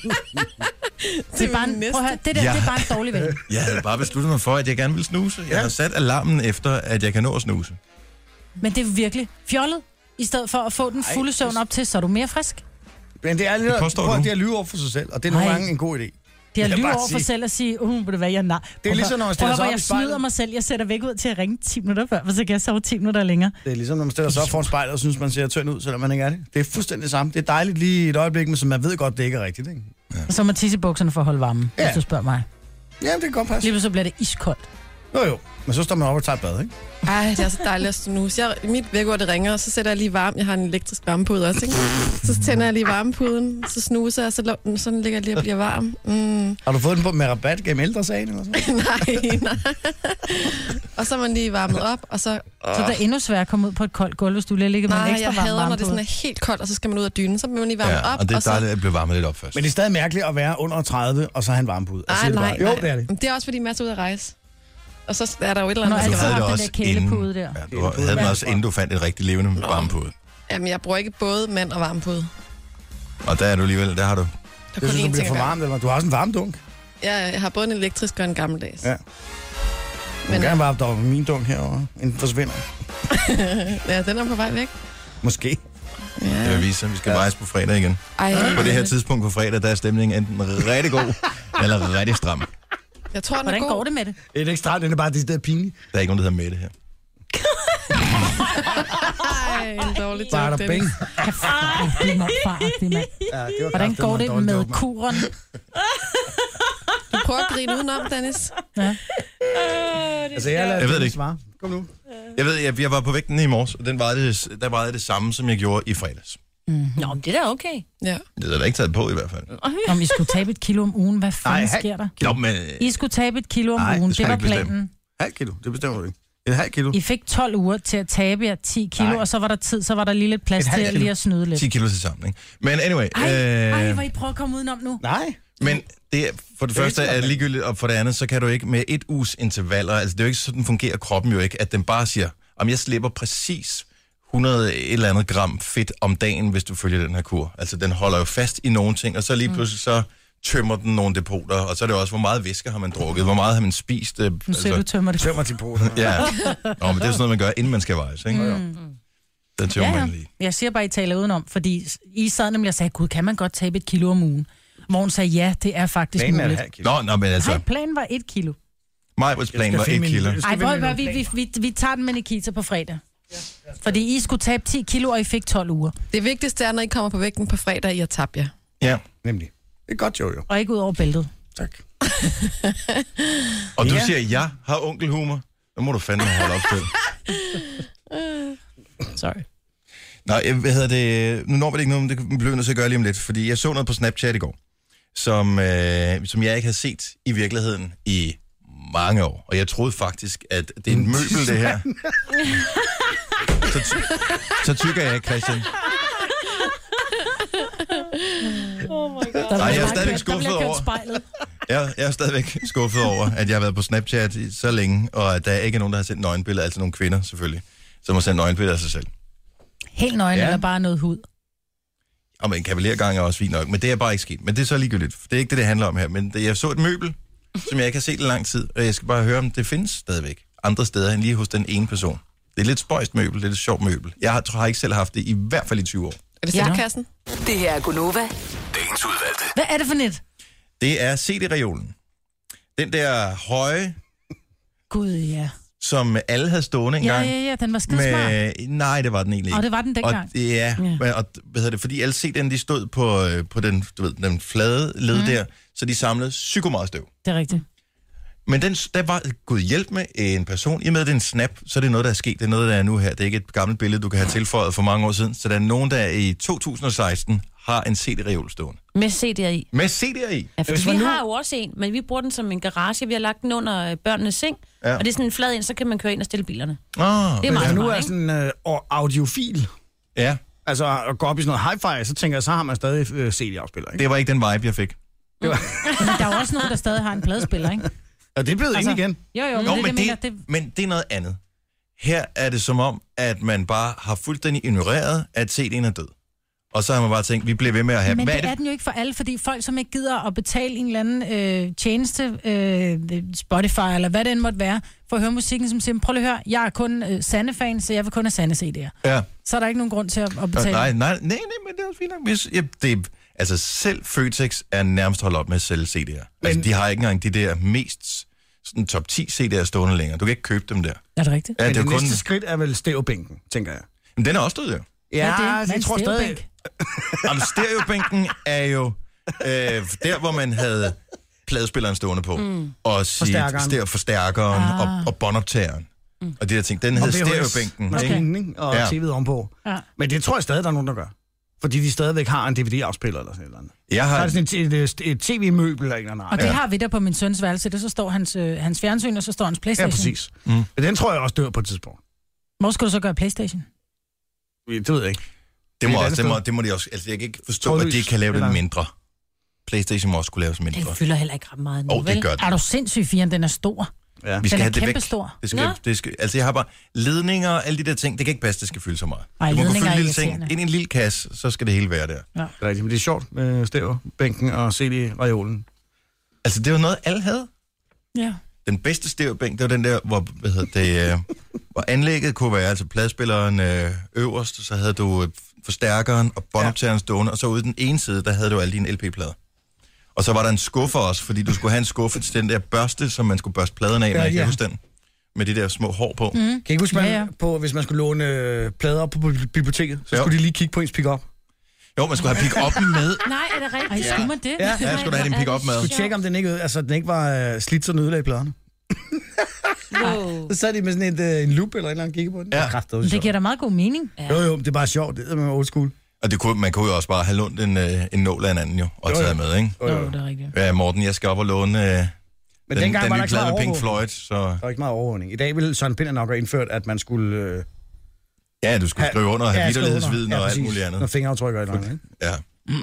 Det er bare en, prøv at høre, det der, Ja. det er bare en dårlig ven. Jeg havde bare besluttet mig for, at jeg gerne ville snuse. Jeg Ja. har sat alarmen efter, at jeg kan nå at snuse. Men det er virkelig fjollet. I stedet for at få den fulde søvn op til, så er du mere frisk. Men det er lidt, Det påstår prøv, du. at- det er at lyve over for sig selv, og det er nogle Nej. gange en god idé. Det er Jeg at vil lyve bare over for sige- selv at sige, uh, ved du hvad, jeg er nej. Det er ligesom, når man stiller sig op jeg i spejlet. snyder mig selv. Jeg sætter væk ud til at ringe ti minutter før, for så kan jeg sove ti minutter længere. Det er ligesom, når man stiller sig op foran spejlet og synes, man ser tynd ud, selvom man ikke er det. Det er fuldstændig det samme. Det er dejligt lige et øjeblik, men så man ved godt, det ikke er rigtigt, ikke? Og så må tisse i bukserne for at holde varmen, Ja. hvis du spørger mig. Jamen, det kan godt passe. Lige pludselig bliver det iskoldt. Jo, jo. Men så står man op og tager et bad, ikke? Ej, det er så dejligt at snuse. Jeg, mit vækord, det ringer, og så sætter jeg lige varme. Jeg har en elektrisk varmepude også, ikke? Så tænder jeg lige varmepuden, så snuser jeg, så, lå- den- så den ligger jeg lige og bliver varm. Mm. Har du fået den på med rabat gennem ældresagen eller sådan? nej, nej. Og så er man lige varmet op, og så... Så det er endnu sværere at komme ud på et koldt gulv, hvis du lige ligger med en Nej, ekstra jeg varm hader, når varme det sådan er helt koldt, og så skal man ud af dynen. Så bliver man lige varmet Ja, op, og det er så... dejligt at blive varmet lidt op først. Men det er stadig mærkeligt at være under tredive, og så have en varmepude. Og Nej, så er det nej, bare- Jo, nej. det er det. Det er også, fordi Mads er ude at rejse. Og så er der jo et eller Nå, andet, altså, der Du skal havde haft det den også der inden. kælepude der. Ja, du havde den også, inden du fandt en rigtig levende varmepude. Jamen, jeg bruger ikke både mand og varmepude. Og der er du alligevel, der har du... Der Det er kun synes du én bliver ting for at gøre. varmt, eller? Du har også en varmdunk. Jeg, jeg har både en elektrisk og en gammeldags. Ja. Du Men må gerne varme dig op med min dunk herovre, inden den forsvinder. ja, den er på vej væk. Måske. Ja. Det vil vise sig, vi skal rejse på fredag igen. Ej, På det her tidspunkt på fredag, der er stemningen enten rigtig god, eller rigtig stram. jeg tror, den er Hvordan god. går det med det? Det er ikke start, den er bare det der pinligt. Der er ikke nogen, der hedder Mette her. Ej, en dårlig Bare joke, der bing. Dennis. Det er meget farligt, mand. Ja, det var Hvordan går det med kuren? Du prøver at grine udenom, Dennis. Ja. Altså, jeg, lader Jeg ved det den ikke. svare. Kom nu. Jeg ved, jeg, jeg var på vægten i morges, og den vejede det, der vejede det samme, som jeg gjorde i fredags. Nå, men det er da okay. Ja. Det er da ikke taget på i hvert fald. Om I skulle tabe et kilo om ugen, hvad fanden Nej, sker der? Nå, men... I skulle tabe et kilo om Nej, ugen, det skal det var jeg ikke bestemme. planen. Halv kilo, det bestemmer du ikke. Et halvt kilo. I fik tolv uger til at tabe jer ti kilo, Nej. og så var der tid, så var der lige lidt plads Et halvt til at kilo. lige at snyde lidt. ti kilo til sammen, ikke? Men anyway... Ej, ej, øh, hvor I prøver at komme udenom nu. Nej. Men det er, for det Det er første ikke er så det ligegyldigt, og for det andet, så kan du ikke med et uges intervaller, altså det er jo ikke sådan, fungerer kroppen jo ikke, at den bare siger, om jeg slipper præcis hundrede et eller andet gram fedt om dagen, hvis du følger den her kur. Altså den holder jo fast i nogle ting, og så lige pludselig så tømmer den nogle depoter, og så er det også, hvor meget væske har man drukket, hvor meget har man spist. Øh, Nu ser du tømmer det. Tømmer til på. Ja, Nå, men det er jo sådan noget, man gør, inden man skal vejes, ikke? Mm. Den tømmer Ja, man ja. lige. Jeg siger bare, I taler udenom, fordi I sad nemlig og sagde, gud, kan man godt tabe et kilo om ugen? Hvor hun sagde, ja, det er faktisk Planen er et muligt. halvt kilo. Nå, nå, men altså, Nej, planen var et kilo. Majbrits plan Jeg var skal et finde kilo. min- jeg skal Ej, finde hvor, min hvor, vi, plan. vi, vi, vi tager den med Nikita på fredag. Fordi I skulle tabe ti kilo, og I fik tolv uger. Det vigtigste er, når I kommer på vægten på fredag, I har tabt jer. Ja, Nemlig. Det er godt, jo, jo. Og ikke ud over bæltet. Tak. og du Ja. siger, jeg har onkelhumor. Nu må du fandme holde op til. Sorry. Nej, jeg- hvad hedder det? Nu når vi det ikke noget, men det bliver vi nødt til at gøre lige om lidt, fordi jeg så noget på Snapchat i går, som, øh, som jeg ikke havde set i virkeligheden i mange år. Og jeg troede faktisk, at det er en møbel, det her. Så, ty- så tykker jeg ikke, Christian. Der Nej, jeg er bliver stadigvæk kørt- skuffet Der bliver over- kørt spejlet. Jeg, jeg er stadigvæk skuffet over, at jeg har været på Snapchat i så længe, og at der ikke er nogen, der har sendt nøgenbilleder, altså nogle kvinder selvfølgelig, som har sendt nøgenbilleder af sig selv. Helt nøgen, Ja. eller bare noget hud. Og men en kavalergang er også fint nok, men det er bare ikke sket. Men det er så ligegyldigt. Det er ikke det, det handler om her. Men det, jeg så et møbel, som jeg ikke har set i lang tid, og jeg skal bare høre, om det findes stadigvæk andre steder end lige hos den ene person. Det er et lidt spøjst møbel, det er et sjovt møbel. Jeg har, tror, har ikke selv haft det i hvert fald i tyve år. Er det Ja. sandkassen? Det her er Gunova. Dagens udvalgte. Hvad er det for net? Det er C D-reolen. Den der høje, Gud, ja. som alle havde stående Ja, engang. ja, ja, den var skidesmart. Med, nej, det var den egentlig ikke. Og det var den dengang. Og, ja, Ja. ja. Og, hvad hedder det, fordi alle C D'erne, de stod på, øh, på den, du ved, den flade led mm. der, så de samlede psyko meget støv. Det er rigtigt. Men den, der var gud hjælp med en person. I og med, at det er en snap, så er det noget, der er sket. Det er noget, der er nu her. Det er ikke et gammelt billede, du kan have tilføjet for mange år siden. Så der er nogen, der i to tusind og seksten har en C D-reol stående. Med C D'er i. Med C D'er i. Ja, for Hvis vi man nu- har jo også en, men vi bruger den som en garage. Vi har lagt den under øh, børnenes seng, Ja. ja. og det er sådan en flad ind, så kan man køre ind og stille bilerne. Ah, Det er Hvis meget man nu smart, er ikke? sådan øh, audiofil, ja, altså at gå op i sådan noget hi-fi, så tænker jeg, så har man stadig øh, C D-afspiller, ikke? det var ikke den vibe, jeg fik. Men der er jo også nogen, der stadig har en pladespiller, ikke? Og det er blevet Altså- ind igen. Jo, jo, men Nå, det, er men det, det, mener, det, men det er noget andet. Her er det som om, at man bare har fuldstændig ignoreret, at C D'en er død. Og så har man bare tænkt, vi bliver ved med at have... men Hvad det er er den jo ikke for alle, fordi folk, som ikke gider at betale en eller anden øh, tjeneste, øh, Spotify eller hvad det end måtte være, for at høre musikken, som siger, prøv lige at høre, jeg er kun øh, sande-fan, så jeg vil kun have sande C D'er. Ja. Så er der ikke nogen grund til at, at betale. Nej, nej, nej, nej, men det er også fint nok. Hvis, ja, det, altså selv Føtex er nærmest holdt op med at sælge C D'er. Altså Men- de har ikke engang de der mest sådan top ti C D'er stående længere. Du kan ikke købe dem der. Er det rigtigt? Ja, Men det er det jo kun... næste skridt er vel stereobænken, tænker jeg. Men den er også død, jo. Hvad er det? jeg Hvad er tror en stadig... stereobænk? Jamen, stereobænken er jo øh, der, hvor man havde pladespilleren stående på. Mm. Og sit, Forstærkeren. stereo, forstærkeren Ah. og, og båndoptageren. Mm. Og de der ting. Den hed stereobænken. Ikke? Maskinen, ikke? Og Ja. T V'et ovenpå. Ja. Men det tror jeg stadig, der er nogen, der gør. Fordi de stadigvæk har en D V D-afspiller eller sådan et eller andet. Jeg Så er har... det sådan et, et, et T V-møbel eller en eller anden. Og det Ja. har vi der på min søns værelse. Det så står hans, øh, hans fjernsyn, og så står hans Ja, Playstation. præcis. Mm. Men den tror jeg også dør på et tidspunkt. Hvor skal du så gøre Playstation? Det ved jeg ikke. Det må, et også, andet det, må, sted. det må de også... Altså, jeg kan ikke forstå, Trådløs, at de ikke kan lave den eller- mindre. PlayStation må også kunne laves mindre. Den fylder heller ikke ret meget nu, Åh, oh, vel? det gør den. Er du sindssyg, Firen? Den er stor. Ja. Vi skal Den er have det væk. kæmpestor. Det skal, det skal, altså jeg har bare ledninger og alle de der ting, det kan ikke passe, det skal fylde så meget. Ej, du må kunne ledninger fylde er lille ting irriterende. ind i en lille kasse, så skal det hele være der. Ja. Det er rigtigt, men det er sjovt med stæverbænken og C D-reolen. Altså det var noget, alle havde. Ja. Den bedste stæverbænk, det var den der, hvor, hvad hedder det, øh, hvor anlægget kunne være, altså pladspilleren øh, øverst, så havde du øh, forstærkeren og båndoptageren stående, og så ude i den ene side, der havde du alle dine L P-plader. Og så var der en skuffe også, fordi du skulle have en skuffe til den der børste, som man skulle børste pladerne af, når Ja, jeg kan ja. huske den. Med de der små hår på. Mm. Kan I ikke huske, man, Ja, ja. på, hvis man skulle låne øh, plader op på biblioteket, så Jo. skulle de lige kigge på ens pick-up. Jo, man skulle have pick-up'en med. Nej, er det rigtigt? Ej, skulle man det? Ja. Ja, skulle du have din pick-up med. Du tjekke, om den ikke, altså, den ikke var øh, slidt, så den ødelagde pladerne. Wow. Så sad de med sådan et, øh, en loop eller et eller andet kigge på den. Ja. Det, var kraftedeme Det sjovt. giver da meget god mening. Jo, jo, det er bare sjovt. Det er med old school. Og det kunne, man kunne jo også bare have lånt en, øh, en nål af en anden jo, og Jo, jo. taget med, ikke? Jo, Jo, jo. det er rigtigt. Ja, Morten, jeg skal op og låne øh, Men den, dengang den var nye der ikke plade meget med Pink overvågning. Floyd, så... Der var ikke meget overvågning. I dag ville Søren Pind nok have indført, at man skulle... Øh, Ja, du skulle skrive under og have ja, skrive vitterlighedsviden under. og Ja, alt præcis. muligt andet. Når fingeraftryk og et eller andet, ikke? Ja.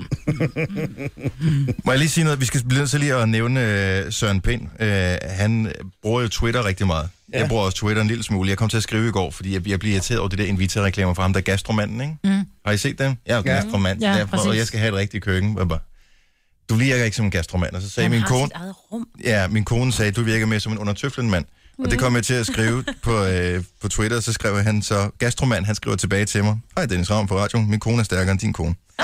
Må jeg lige sige noget? Vi skal blive nødt til lige at nævne øh, Søren Pind. Øh, han bruger jo Twitter rigtig meget. Ja. Jeg bruger også Twitter en lille smule. Jeg kom til at skrive i går, fordi jeg, jeg bliver irriteret over det der Invita-reklamer fra ham, der er gastromanden, ikke? Mm. Har I set dem? Jeg er jo Ja. gastromand, Ja, derfor, og præcis. jeg skal have et rigtigt køkken. Jeg bare, du virker ikke som en gastromand. Og så sagde Han min har kone, sit eget rum. ja, min kone sagde, du virker mere som en undertøflende mand. Og det kom jeg til at skrive på, øh, på Twitter, så skrev han så, gastromand, han skriver tilbage til mig, hej Dennis Ravn på radioen, min kone er stærkere end din kone. Ej,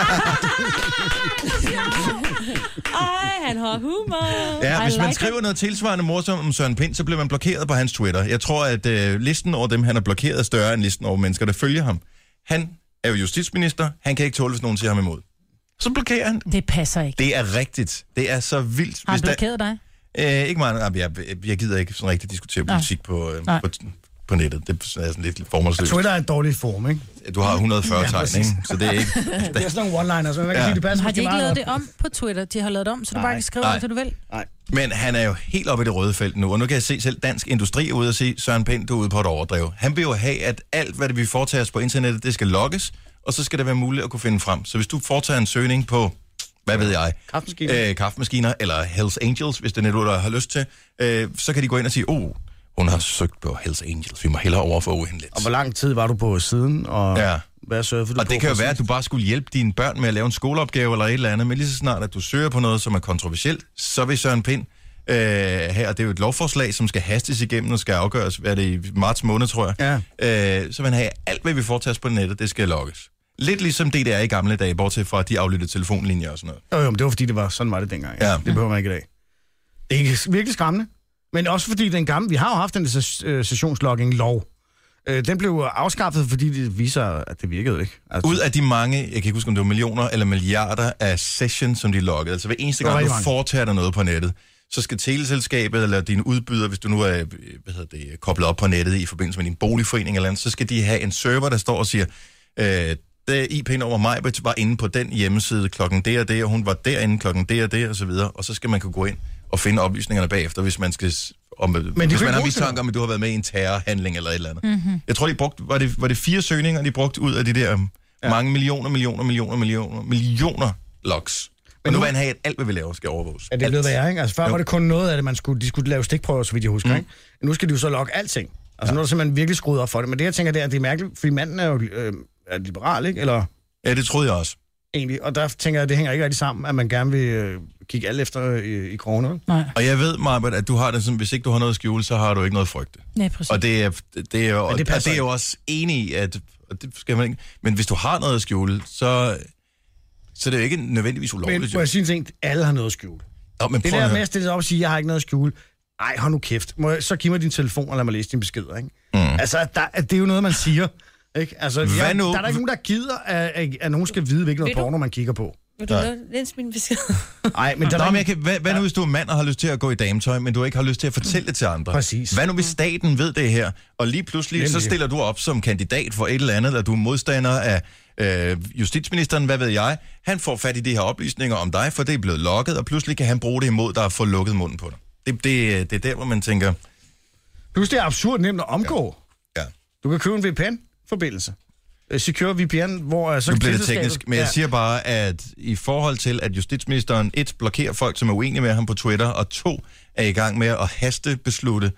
han har humor. Ja, I hvis man like skriver noget tilsvarende morsomt om Søren Pind, så bliver man blokeret på hans Twitter. Jeg tror, at øh, listen over dem, han har blokeret, er større end listen over mennesker, der følger ham. Han er jo justitsminister, han kan ikke tåle, hvis nogen siger ham imod. Så blokerer han dem. Det passer ikke. Det er rigtigt. Det er så vildt. Har han der- blokeret dig? Øh, ikke meget. Jeg, jeg gider ikke sådan rigtig diskutere Nej. politik på, øh, Nej. på, på nettet. Det er sådan lidt formålsløst. Twitter er en dårlig form, ikke? Du har et hundrede og fyrre Ja, tegn, præcis. ikke? Så det er ikke... Det er sådan nogle one-liners, så man kan Ja. sige, det passer Har de måske ikke meget lavet godt. det om på Twitter? De har lavet det om, så du Nej. bare kan skrive Nej. alt, hvad du vil. Nej. Men han er jo helt oppe i det røde felt nu, og nu kan jeg se selv Dansk Industri ude og sige, Søren Pind, du er ude på et overdrev. Han vil jo have, at alt, hvad det vi foretager os på internettet, det skal logges, og så skal det være muligt at kunne finde frem. Så hvis du foretager en søgning på, hvad ved jeg, Kaffemaskiner. øh, kaffemaskiner, eller Hells Angels, hvis det er noget, du har lyst til, øh, så kan de gå ind og sige, oh, hun har søgt på Hells Angels, vi må hellere overvåge hende lidt. Og hvor lang tid var du på siden, og Ja. hvad surfede du Og på det kan jo præcis? være, at du bare skulle hjælpe dine børn med at lave en skoleopgave eller et eller andet, men lige så snart, at du søger på noget, som er kontroversielt, så vil Søren Pind øh, her, og det er jo et lovforslag, som skal hastes igennem og skal afgøres, hvad er det i marts måned, tror jeg. Ja. Øh, så vil han have alt, hvad vi foretager os på nettet, det skal logges. Lidt ligesom D D R i gamle dage, bortset fra, at de aflyttede telefonlinjer og sådan noget. Jo, jo, men det var fordi, det var sådan var det dengang. Ja. Det behøver man ikke i dag. Det er ikke virkelig skræmmende. Men også fordi den gamle, vi har jo haft den sessionslogging-lov. Øh, Den blev afskaffet, fordi det viser, at det virkede ikke. Altså, Ud af de mange, jeg kan ikke huske, om det var millioner eller milliarder af sessions, som de loggede, altså hver eneste Det var gang, du rigtig mange. foretager dig noget på nettet, så skal teleselskabet eller din udbyder, hvis du nu er hvad hedder det, koblet op på nettet i forbindelse med din boligforening eller andet, så skal de have en server, der står og siger, øh, det I P-nummer mig var inde på den hjemmeside klokken det og det, og hun var derinde klokken det og det, og så videre, og så skal man kunne gå ind og finde oplysningerne bagefter, hvis man skal... Om, hvis kunne man ikke har bruge mistanke om, at du har været med i en terrorhandling eller et eller andet. Mm-hmm. Jeg tror, de brugte, var det, var det fire søgninger, de brugte ud af de der ja. mange millioner, millioner, millioner, millioner, millioner logs. Og nu vil han have, at alt, hvad vi laver, skal overvåges. er det blevet værre, ikke? Altså før Jo. var det kun noget af det, man skulle, de skulle lave stikprøver, så vidt jeg husker, mm. ikke? Nu skal de jo så logge alting. Altså ja. Nu er der simpelthen virkelig skruet op for det. Men det, jeg tænker, det er, at det er mærkeligt, fordi manden er jo øh, er liberal, ikke? Eller Ja, det troede jeg også. egentlig. Og der tænker jeg, at det hænger ikke rigtig sammen, at man gerne vil øh, kigge alt efter øh, i kroner. Nej, Og jeg ved, Marbet, at du har det sådan, hvis ikke du har noget at skjule, så har du ikke noget frygte. nej, præcis. Og det er, det er jo, Men det og passer det er jo også enig i, at og det skal man ikke. Men hvis du har noget at skjule, så, så er det jo ikke nødvendigvis Men ulovligt. må jo. jeg sige en ting? Alle har noget at skjule. Nå, men Det prøv at der høre. med at stille sig op og sige, jeg har ikke noget at skjule. Ej, hold nu kæft. Må jeg, så giv mig din telefon, og lad mig læse dine beskeder, ikke? Mm. Altså, der, det er jo noget, man siger. Ikke? Altså, Hvad jeg, nu? der er der ikke nogen, der gider, at, at, at nogen skal vide, hvilken noget Vil du? porno, man kigger på. Vil du læse min besked? Nej, men der Nå, er men ikke... jeg kan, hvad, hvad nu, hvis du er mand og har lyst til at gå i dametøj, men du ikke har lyst til at fortælle det til andre? Præcis. Hvad nu, hvis staten ved det her, og lige pludselig Nemlig. så stiller du op som kandidat for et eller andet, eller du er modstander af øh, justitsministeren, hvad ved jeg, han får fat i de her oplysninger om dig, for det er blevet logget, og pludselig kan han bruge det imod dig og få lukket munden på dig. Det, det, det er der, hvor man tænker, Plus, det er absurd nemt at omgå. ja, Du kan købe en V P N-forbindelse. Øh, Secure V P N, hvor... øh, Så nu kan bliver det teleselskabet- teknisk, men jeg Ja. siger bare, at i forhold til, at justitsministeren et blokerer folk, som er uenige med ham på Twitter, og to er i gang med at haste beslutte,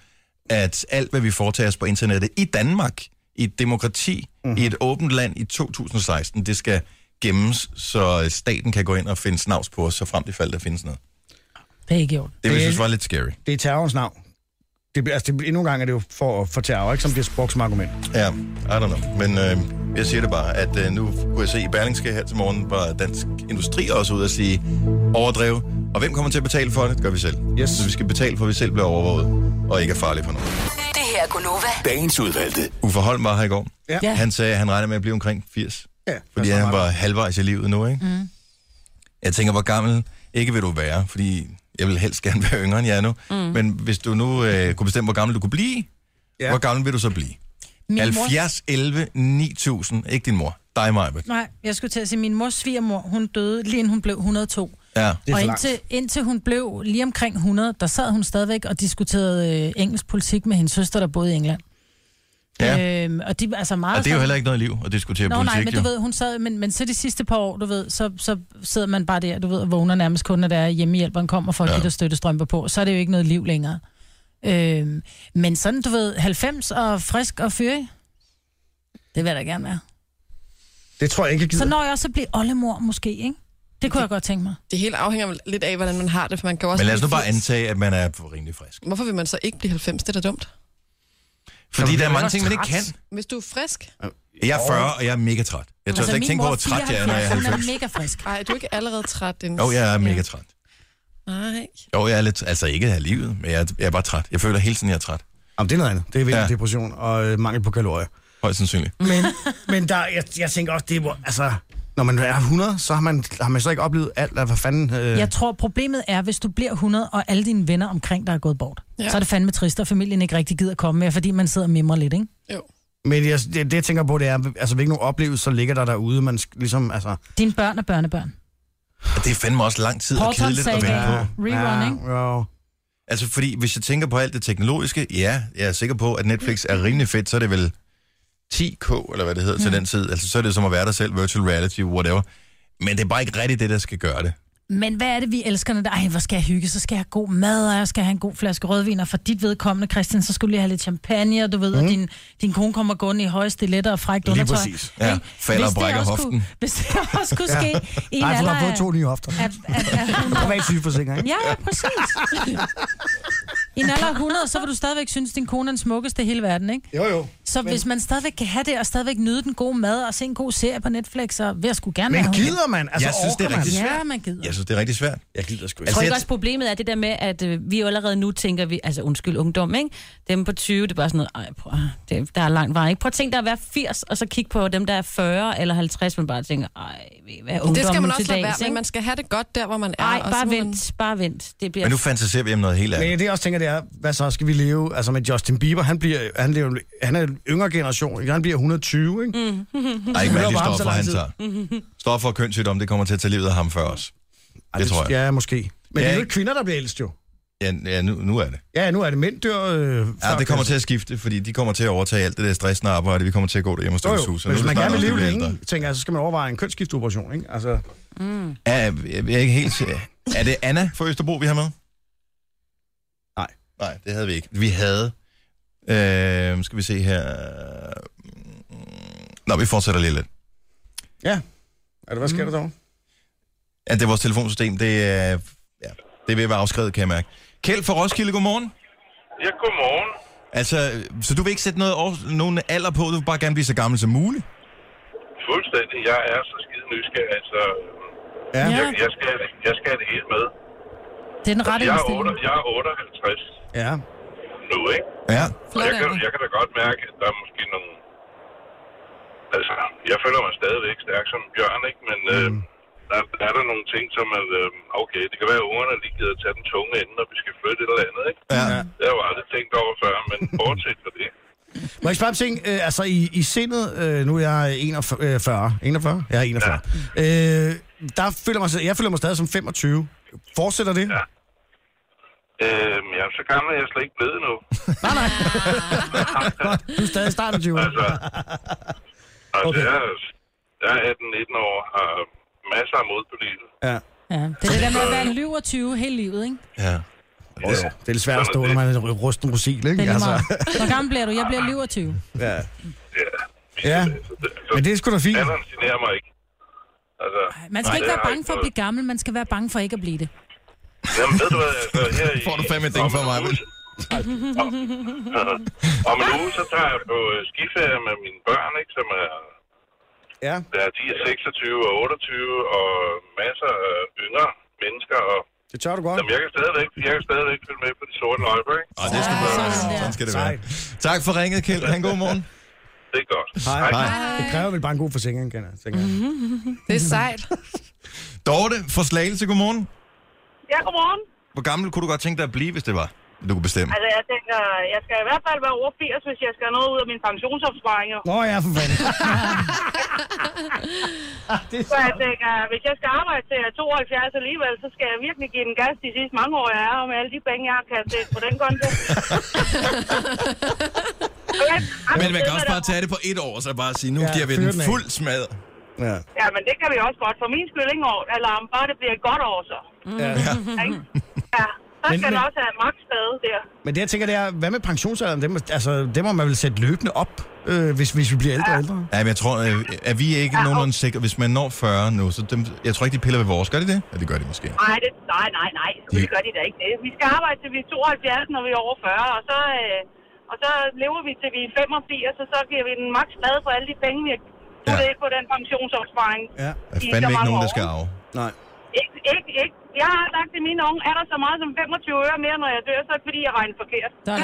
at alt, hvad vi foretager os på internettet i Danmark, i et demokrati, mm-hmm. i et åbent land i to tusind og seksten, det skal gemmes, så staten kan gå ind og finde snavs på os, så frem til fald, der findes noget. Det er ikke gjort. Det vil jeg synes var lidt scary. Det er terrorens navn. Det, altså, det, endnu en gang er det jo for, for terror, ikke? Som det er brugt som argument. Ja, I don't know. Men øh, jeg siger det bare, at øh, nu kunne jeg se i Berlingske her til morgen, var Dansk Industri også ud at sige overdrev. Og hvem kommer til at betale for det? Det gør vi selv. Yes. Så vi skal betale for, at vi selv bliver overvåget, og ikke er farlige for nogen. Det her er Gunova. Dagens udvalgte. Uffe Holm var her i går. Ja. Ja. Han sagde, at han regner med at blive omkring firs. Ja, Fordi han var halvvejs i livet nu, ikke? Mm. Jeg tænker, hvor gammel ikke vil du være, fordi jeg vil helst gerne være yngre end jeg er nu. Mm. Men hvis du nu øh, kunne bestemme, hvor gammel du kunne blive, ja. Hvor gammel vil du så blive? Min halvfjerds elleve ni tusind. Ikke din mor. Dig, Majbert. Nej, jeg skulle til at sige, min mors svigermor, hun døde lige inden hun blev et hundrede og to. Ja. Og indtil, indtil hun blev lige omkring hundrede, der sad hun stadigvæk og diskuterede øh, engelsk politik med hendes søster, der boede i England. Ja. Øhm, og, de, altså meget og det er jo sådan, heller ikke noget liv at diskutere Nå, politik. nej, men jo. du ved, hun sad, men, men så de sidste par år, du ved, så, så sidder man bare der, du ved, og vågner nærmest kun, når der er hjemmehjælperen kommer for at give dig støttestrømper på. Så er det jo ikke noget liv længere. Øhm, men sådan, du ved, halvfems og frisk og fyrig, det vil jeg da gerne være. Det tror jeg ikke, jeg gider. Så når jeg også bliver oldemor måske, ikke? Det kunne jeg godt tænke mig. Det hele afhænger lidt af, hvordan man har det, for man kan også... Men lad os nu blive bare firs. antage, at man er rimelig frisk. Hvorfor vil man så ikke blive halvfems? Det er da dumt. Fordi Så der er bliver mange man ting, man også ikke kan. træt. Hvis du er frisk... Jeg er fyrre, og jeg er mega træt. Jeg tør altså, ikke tænke på, hvor træt jeg er, når jeg er Hun halvfems. er mega frisk. Ej, du er ikke allerede træt, Dennis. Jo, jeg er mega træt. Nej. Jo, jeg er lidt... Altså ikke af livet, men jeg er, jeg er bare træt. Jeg føler hele tiden, jeg er træt. Jamen, det er noget andet. Det er virkelig Ja. depression og øh, mangel på kalorier. Højst sandsynligt. Men, men der, jeg, jeg tænker også, det er, hvor- altså, når man er hundrede, så har man, har man så ikke oplevet alt, hvad fanden... Øh... Jeg tror, problemet er, hvis du bliver hundrede, og alle dine venner omkring dig er gået bort. Ja. Så er det fandme trist, og familien ikke rigtig gider komme med, fordi man sidder og mimrer lidt, ikke? Jo. Men jeg, det, det, jeg tænker på, det er, altså hvilke nogle oplevelser ligger der derude, man sk- ligesom, altså... Dine børn og børnebørn. Og det er fandme også lang tid og Portal kedeligt at vente Saga. på. Rerun, ikke? Jo. Altså, fordi hvis jeg tænker på alt det teknologiske, ja, jeg er sikker på, at Netflix er rimelig fedt, så er det vel ti K, eller hvad det hedder, mm. til den tid. Altså, så er det som at være der selv, virtual reality, whatever. Men det er bare ikke rigtigt det, der skal gøre det. Men hvad er det, vi elsker, når der, ej, hvor skal jeg hygge, så skal jeg have god mad, og jeg skal have en god flaske rødvin, og for dit vedkommende, Christian, så skulle jeg have lidt champagne, og du ved, mm. og din, din kone kommer gående i høje stiletter og frækt Lige undertøj. præcis. Ja, Ikke? falder og Hvis det brækker også hoften. Kunne, hvis det også kunne ske i en Nej, for du alder har fået af- to nye hofter. af- af- af hundrede. Privat sygeforsikring, ikke? Ja, ja, præcis. I en alder af hundrede, så vil du stadigvæk synes, din kone er den smukkeste i hele verden, ikke? Jo, jo. Så men... hvis man stadigvæk kan have det, og stadigvæk nyde den gode mad, og se en god serie på Netflix, så vil jeg sgu gerne Men være gider man? Altså, Jeg synes, det er orker man? rigtig Ja, man gider. Jeg synes, det er rigtig svært. Jeg gider sgu Jeg ikke. tror Altså, ikke jeg- også, problemet er det der med, at øh, vi jo allerede nu tænker, vi, altså undskyld ungdom, ikke? Dem på tyve, det er bare sådan noget, ej, prøv, det, der er langt vej, ikke? Prøv at tænke dig at være firs, og så kigge på dem, der er fyrre eller halvtreds, man bare tænker, ej, hvad er ungdom Det skal man nu også til lade være dags, med. ikke? Man skal have det godt der, hvor man er. Ej, og så bare må man- vent, bare vent. Det bliver... Men nu fantaserer vi om noget helt andet. Men det jeg også tænker, det er, hvad så skal vi leve? Altså med Justin Bieber, han bliver, han lever, han er en yngre generation, ikke? Han bliver et hundrede og tyve, ikke? Mm. Ej, ikke hvad Hører de på ham står så for, lang han tid. tager. Står for kønssygdom, det kommer til at tage livet af ham før os. Ej, Det tror jeg. Ja, måske. Men Ja, det er jo ikke? ikke kvinder, der bliver ældst, jo. Ja, ja nu, nu er det. Ja, nu er det mænd dør. Øh, Ja, det kommer til at skifte, fordi de kommer til at overtage alt det der stressende arbejde. Vi kommer til at gå derhjemme og stå Jo, i jo. huset. Men Nu hvis er det man gerne snart vil også, leve vi bliver længe, tænker jeg, så skal man overveje en kønsskifteoperation, ikke? Altså, ældre. Ja, jeg, jeg er ikke helt... Er det Anna fra Østerbro, vi har med? Nej. Nej, det havde vi ikke. Vi havde... Øh, skal vi se her... Nå, vi fortsætter lige lidt. ja. Altså, hvad sker der dog? Ja, det er vores telefonsystem. Det er, ja, det er ved at være afskrevet, kan jeg mærke. Kjeld fra Roskilde, godmorgen. Ja, godmorgen. Altså, så du vil ikke sætte noget år, nogen alder på, du vil bare gerne blive så gammel som muligt? Fuldstændig. Jeg er så skide nysgerrig, så Ja. Ja. jeg, jeg, skal, have det- jeg skal have det helt med. Det er den rette Jeg er, indstilling. otte, jeg er otteoghalvtreds Ja. nu, ikke? Ja. Og Flot, jeg kan, Anna. jeg kan da godt mærke, at der er måske nogle... Altså, jeg føler mig stadigvæk stærk som bjørn, ikke? Men mm. øh, der, der er der nogle ting, som er... Øh, okay, det kan være, at ungerne lige gider tage den tunge ende, når vi skal flytte et eller andet, ikke? Ja. Det har jeg jo aldrig tænkt over før, men bortset fra det. Må jeg spørge om ting? Øh, altså, i, i sindet, øh, nu er jeg enogfyrre. enogfyrre? Jeg er enogfyrre. Ja. Øh, der føler mig, jeg føler mig stadig som femogtyve. Fortsætter det? Ja. Øhm, ja, så gammel er jeg slet ikke blevet nu. Nej, nej. Godt. Du er stadig i starten af tyverne. Altså, altså Okay. okay. jeg, er- jeg er atten nitten år, har masser af mod på livet. Ja. Ja, det er det der med at være syvogtyve hele livet, ikke? Ja. Oh, det er lidt svært at stå, når man er rusten rosin, ikke? Det er Altså. Hvor gammel bliver du? Jeg bliver syvogtyve. Ja. Ja, Ja, men det er sgu da fint. Alderen generer mig ikke. Altså, Man skal nej, ikke det være har bange for at blive gammel, man skal være bange for ikke at blive det. Jamen, ved du hvad, altså, her i... Får du fandme et ding for mig, vel? Om en uge, så tager jeg på skiferie med mine børn, ikke, som er... Ja. Der er de er seksogtyve og otteogtyve, og masser af yngre mennesker, og... Det tør du godt. Jamen, jeg kan stadigvæk, jeg kan stadigvæk følge med på de sorte løjper, ikke? Og det skal Ja, være. sådan der. Sådan skal det være. Tak for ringet, Kjeld. Ha' en god morgen. Det er godt. Hej. Hej. Det kræver vel bare en god forsikring, kan jeg tænke. Det er sejt. Dorte fra Slagelse, godmorgen. Ja, godmorgen. Hvor gammel kunne du godt tænke dig at blive, hvis det var, du kunne bestemme? Altså, jeg tænker, jeg skal i hvert fald være over firs, hvis jeg skal have noget ud af min pensionsopsparing. Nå ja, for fanden. Så jeg tænker, hvis jeg skal arbejde til jeg er tooghalvfjerds alligevel, så skal jeg virkelig give den gas de sidste mange år, jeg er, og med alle de penge, jeg har kastet på den konto. Men man kan også bare tage det på et år, så bare sige, nu Ja, giver vi fyr den den af. fuld smad. Ja. Ja, men det kan vi også godt. For min skyld ikke år, eller om bare det bliver et godt år, så. Ja. Ikke? Ja, så Men- skal men- der også have maks spade der. Men det jeg tænker, det er, hvad med pensionsalderen? Det må, altså, det må man vel sætte løbende op, øh, hvis, hvis vi bliver ældre og ældre. Ja, men jeg tror, øh, er vi ikke nogenlunde sikre, hvis man når fyrre nu, så dem, jeg tror ikke, de piller ved vores. Gør de det? Ja, det gør de måske. Nej, det, nej, nej, nej. Selvfølgelig gør de da ikke det. Vi skal arbejde til vi er tooghalvfjerds, når vi er over fyrre, og så, øh, og så lever vi til vi er femogfirs, og så giver vi den maks spade for alle de penge, vi har puttet Ja. ind på den pensionsopsparing. Ja. Der er i fandme så ikke mange nogen, der år. skal arve. Nej. Ikke, ikke, ikke. Jeg har sagt til mine unge, er der så meget som femogtyve øre mere, når jeg dør, så er det fordi, jeg regner forkert. Sådan.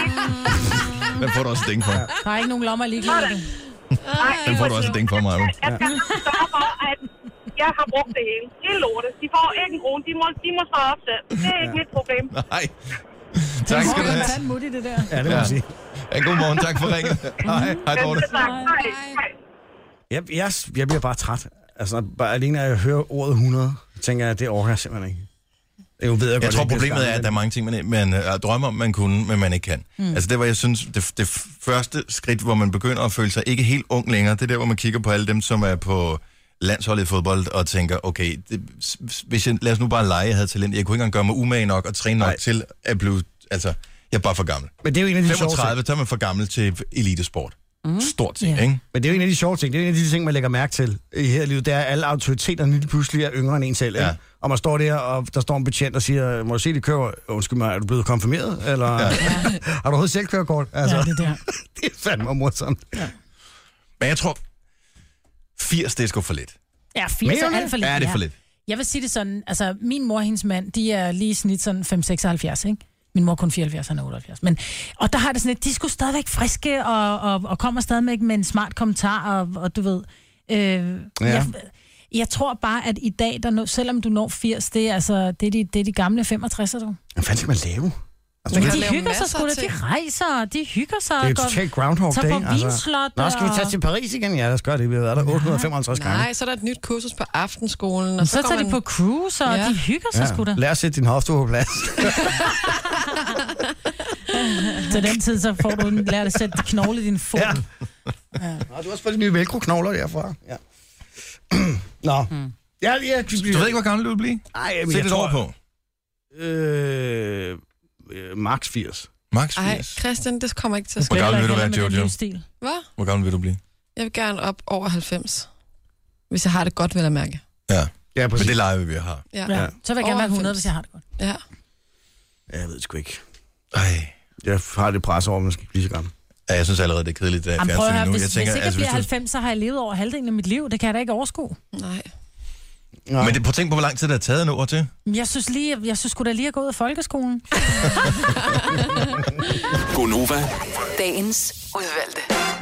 Den får du også et ding for. Der er ikke nogen lommer lige klar. Nej, Den får du også et ding for, mig. Jeg skal sørge for, at jeg har brugt det hele. Hele lortet. De får ikke en krone. De må, de må stå op selv. Det er ikke mit problem. Nej. Tak skal du have. Tag en mut i det der. Ja, det må Ja. man sige. Ja, god morgen. Tak for ringet. Hej. Hej, Dorte. Tak. Hej. Hej. Jeg, jeg, jeg bliver bare træt. Altså, bare alene at jeg hører ordet hundrede, tænker jeg, det overgår jeg simpelthen ikke. Jeg, ved, jeg, Jeg godt, tror, det er problemet er, at der er mange ting, man, man øh, drømmer om, man kunne, men man ikke kan. Mm. Altså det var, jeg synes, det, det første skridt, hvor man begynder at føle sig ikke helt ung længere, det er der, hvor man kigger på alle dem, som er på landsholdet i fodbold, og tænker, okay, det, hvis jeg, lad os nu bare lege, jeg havde talent. Jeg kunne ikke engang gøre mig umage nok og træne nok Nej. til at blive, altså, jeg er bare for gammel. Men det er jo en af de sjove ting. femogtredive, så er man for gammel til elitesport. Mm. Stort ting, Ja. ikke? Men det er jo en af de sjove ting. Det er en af de ting, man lægger mærke til i her livet. Det er, at alle autoriteterne lige pludselig er yngre end en selv. Ja. Ja. Og man står der, og der står en betjent og siger, må du se, de kører? Undskyld mig, er du blevet konfirmeret? Eller ja. har du overhovedet selv kørekort? Altså, Ja, det der. det er fandme morsomt. Ja. Men jeg tror, firs, det er sgu for lidt. Ja, firs er Mener du alt for lidt. Ja, det er for lidt. Jeg vil sige det sådan, altså min mor og hendes mand, de er lige i snit sådan fem seksoghalvfjerds, ikke? Min mor er kun fireoghalvfjerds, han er otteoghalvfjerds. Men, og der har det sådan lidt, de skulle stadigvæk friske, og, og, og kommer stadigvæk med en smart kommentar, og, og du ved... Øh, ja. jeg, jeg tror bare, at i dag, der nå, selvom du når firs, det er, altså, det er, de, det er de gamle femogtresser, du. Hvad fanden skal man lave? Altså, Men kan de lave hygger sig masser sgu da, af de ting. rejser, de hygger sig. det er jo går- totalt Groundhog tager Day. på vinslot. Nå, skal vi tage til Paris igen? Ja, lad os gøre det. Vi har været der otte hundrede og femoghalvtreds gange. Nej, så er der et nyt kursus på aftenskolen. Og Så, så går tager man... de på cruise, og Ja. de hygger sig sgu da. Lad os sætte din hofte på plads. Til den tid, så får du en, lært at sætte knogle i din fod. Ja. Nå, du har også fået de nye velcro-knogler derfra. Ja. Nå. Mm. Ja, ja, Du ved ikke, hvor gammel du vil blive? Ej, men Sæt jeg et tror... år på. Øh, øh, max firs. Max Ej, firs. Christian, det kommer ikke til at Hvor ske. gammel vil du være, Med den Jojo? livsstil. Hvad? Hvor gammel vil du blive? Jeg vil gerne op over halvfems. Hvis jeg har det godt, vil jeg mærke. Ja, Ja, men præcis. det leger vi, vi har. Ja. Ja. ja. Så vil jeg gerne Over være hundrede, halvfems. hvis jeg har det godt. ja. Ja, jeg ved det sgu ikke. Ej. Jeg har det pres over, at man skal blive så gammel. Ja, jeg synes allerede, det er kedeligt, at Jamen, prøv at høre, fjernsyn nu. hvis, Jeg tænker, hvis ikke jeg altså, bliver hvis du... halvfems, så har jeg levet over halvdelen af mit liv. Det kan jeg da ikke overskue. Nej. Nej. Men det, prøv at tænke på, hvor lang tid det har taget nu over til. Jeg synes lige, jeg synes sgu da lige at gå ud af folkeskolen. Gonova. Dagens udvalgte.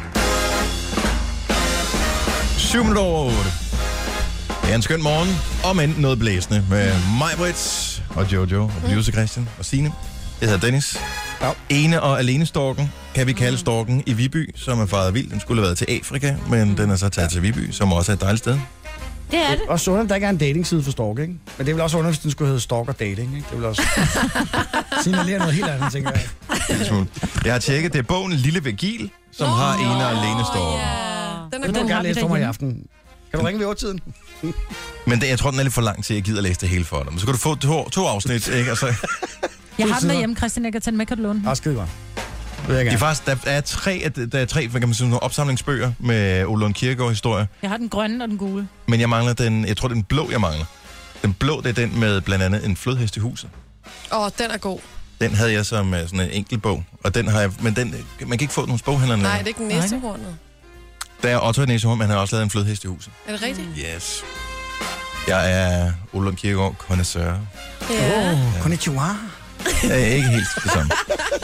syv minutter over otte. Det er en skøn morgen, om end noget blæsende, med mig, Brits og Jojo, og producer Christian og Signe. Jeg hedder Dennis. Ja. Ene og alene storken, kan vi kalde storken i Viby, som er faret vild. Den skulle have været til Afrika, men mm. den er så taget til Viby, som også er et dejligt sted. Det er det. Også under, der ikke er en datingside for stalk, ikke? Men det er vel også under, hvis den skulle hedde stalker dating, ikke? Det vil også signalere noget helt andet, tænker jeg. En smule. Jeg har tjekket, det er bogen Lille Vigil, som oh, har ene og alene storken. Den Det er vil du god. gerne vi læse for mig i derhjemme. aften. Kan du ringe ved otte-tiden? Men det, jeg tror, den er lidt for lang til, at jeg gider læse det hele for dig. Men så kan du få to, to afsnit, ikke? Og så Jeg har den sider. derhjemme, Christian, jeg kan tage den med, kan du låne den? Ah, skide godt. Det vil jeg Det er gerne. faktisk, der er tre, der er tre hvad kan man sige, nogle opsamlingsbøger med Ole Lund Kirkegaard-historie, Jeg har den grønne og den gule. men jeg mangler den, jeg tror, det er den blå, jeg mangler. Den blå, det er den med blandt andet en flodhest i huset. Åh, oh, den er god. Den havde jeg som uh, sådan en enkelt bog, og den har jeg, men den, man kan ikke få den hos boghandlerne. Nej, det er ikke næsehornet. Der er Otto Næsehorn, men han har også lavet en flodhest i huset. Er det rigtigt? Yes. Jeg er Ole Lund Kirkegaard, connoisseur. Ja. Åh, konnichiwa. Jeg er ikke helt det samme.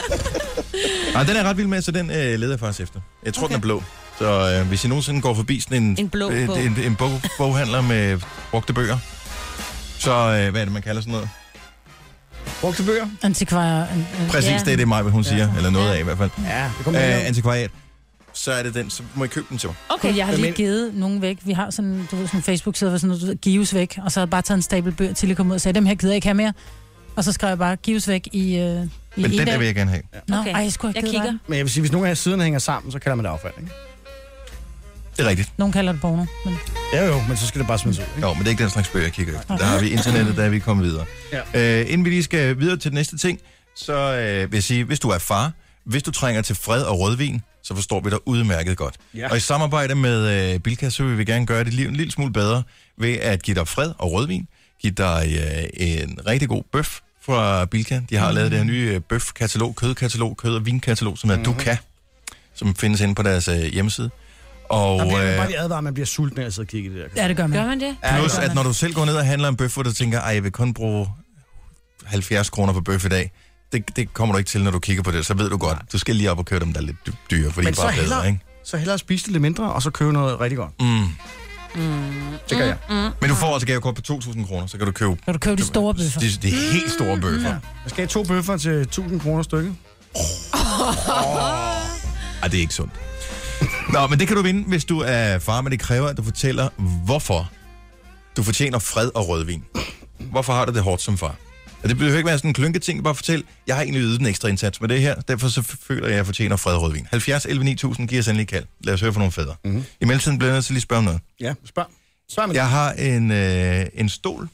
Nej, den er jeg ret vild med, så den øh, leder jeg faktisk efter. Jeg tror, okay. den er blå. Så øh, hvis I nogensinde går forbi sådan en, En blå øh, bog. en, en bog, boghandler med brugte bøger, så øh, hvad er det, man kalder sådan noget? Brugte bøger? Antikvarer. An, an, Præcis, Ja. det er det, Maja, hun siger, Ja. eller noget Ja. af i hvert fald. Ja, det kommer Øh, øh, antikvariat. Så er det den, så må I købe den til mig. Okay, jeg har lige Men- givet nogen væk. Vi har sådan, du ved, sådan en Facebook-side, hvor sådan noget, du ved, gives væk. Og så har jeg bare taget en stabel bøger til at komme ud og sagde, dem her gider jeg ikke have mere. Og så skrev jeg bare, gives væk i, øh, i Men en den der dag. vil jeg gerne have. Nå, Okay. ej, jeg skulle Jeg have givet kigger. dig. Men jeg vil sige, hvis nogle af siderne hænger sammen, så kalder man det affald, ikke? Det er rigtigt. Nogen kalder det porno. Men... Ja jo, men så skal det bare smides ud, ikke? Jo, men det er ikke den slags bøger, jeg kigger efter. Der har vi internettet, der er vi kommet videre. Ja. Øh, inden vi lige skal videre til den næste ting, så øh, vil jeg sige, hvis du er far, hvis du trænger til fred og rødvin, så forstår vi dig udmærket godt. Ja. Og i samarbejde med øh, Bilka, så vil vi gerne gøre dit liv en lille smule bedre ved at give dig fred og rødvin, give dig øh, en rigtig god bøf fra Bilka. De har mm. lavet det her nye øh, bøfkatalog, kødkatalog, kød- og vinkatalog, som hedder mm. Du Kan, som findes inde på deres øh, hjemmeside. Og Der bliver øh, bare lige advaret, at man bliver sulten, når jeg sidder og kigger i det der. Ja, det gør man. Gør man det? plus, at når du selv går ned og handler en bøf, hvor du tænker, ej, jeg vil kun bruge halvfjerds kroner på bøf i dag, det, det kommer du ikke til, når du kigger på det. Så ved du godt, du skal lige op og købe dem, der er lidt dy- dyre, fordi Men de er bare så bedre, hellere- ikke? Så hellere spise det lidt mindre, og så købe noget rigtig godt. Mm. Mm. Det gør jeg. Mm. Men du får altså gavekort på to tusind kroner, så kan du købe Kan du købe de store bøffer? de, de helt store bøffer. Ja. Jeg skal have to bøffer til tusind kroner stykket. Ej, det er ikke sundt. Nå, men det kan du vinde, hvis du er far, men det kræver, at du fortæller, hvorfor du fortjener fred og rødvin. Hvorfor har du det hårdt som far? Og det behøver ikke være sådan en klynketing, bare fortæl, jeg har egentlig ydet en ekstra indsats med det her, derfor så føler jeg, at jeg fortjener fred og rødvin. halvfjerds elleve ni tusind giver os endelig kald. Lad os høre fra nogle fædre. Mm-hmm. I mellemtiden bliver jeg nødt til lige at spørge om noget. Ja, spørg. Spørg mig. Jeg har en, øh, en stol.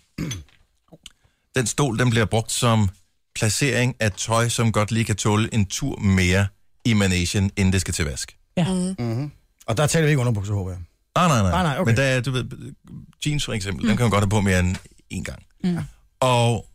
Den stol, den bliver brugt som placering af tøj, som godt lige kan tåle en tur mere i managen, inden det skal til vask. Ja. Mm-hmm. Og der taler vi ikke underbukser, håber jeg. Ah, nej, nej. Ah, nej, okay. Men der er, du ved, jeans for eksempel, mm. den kan man godt have på mere end én gang. Mm. Og,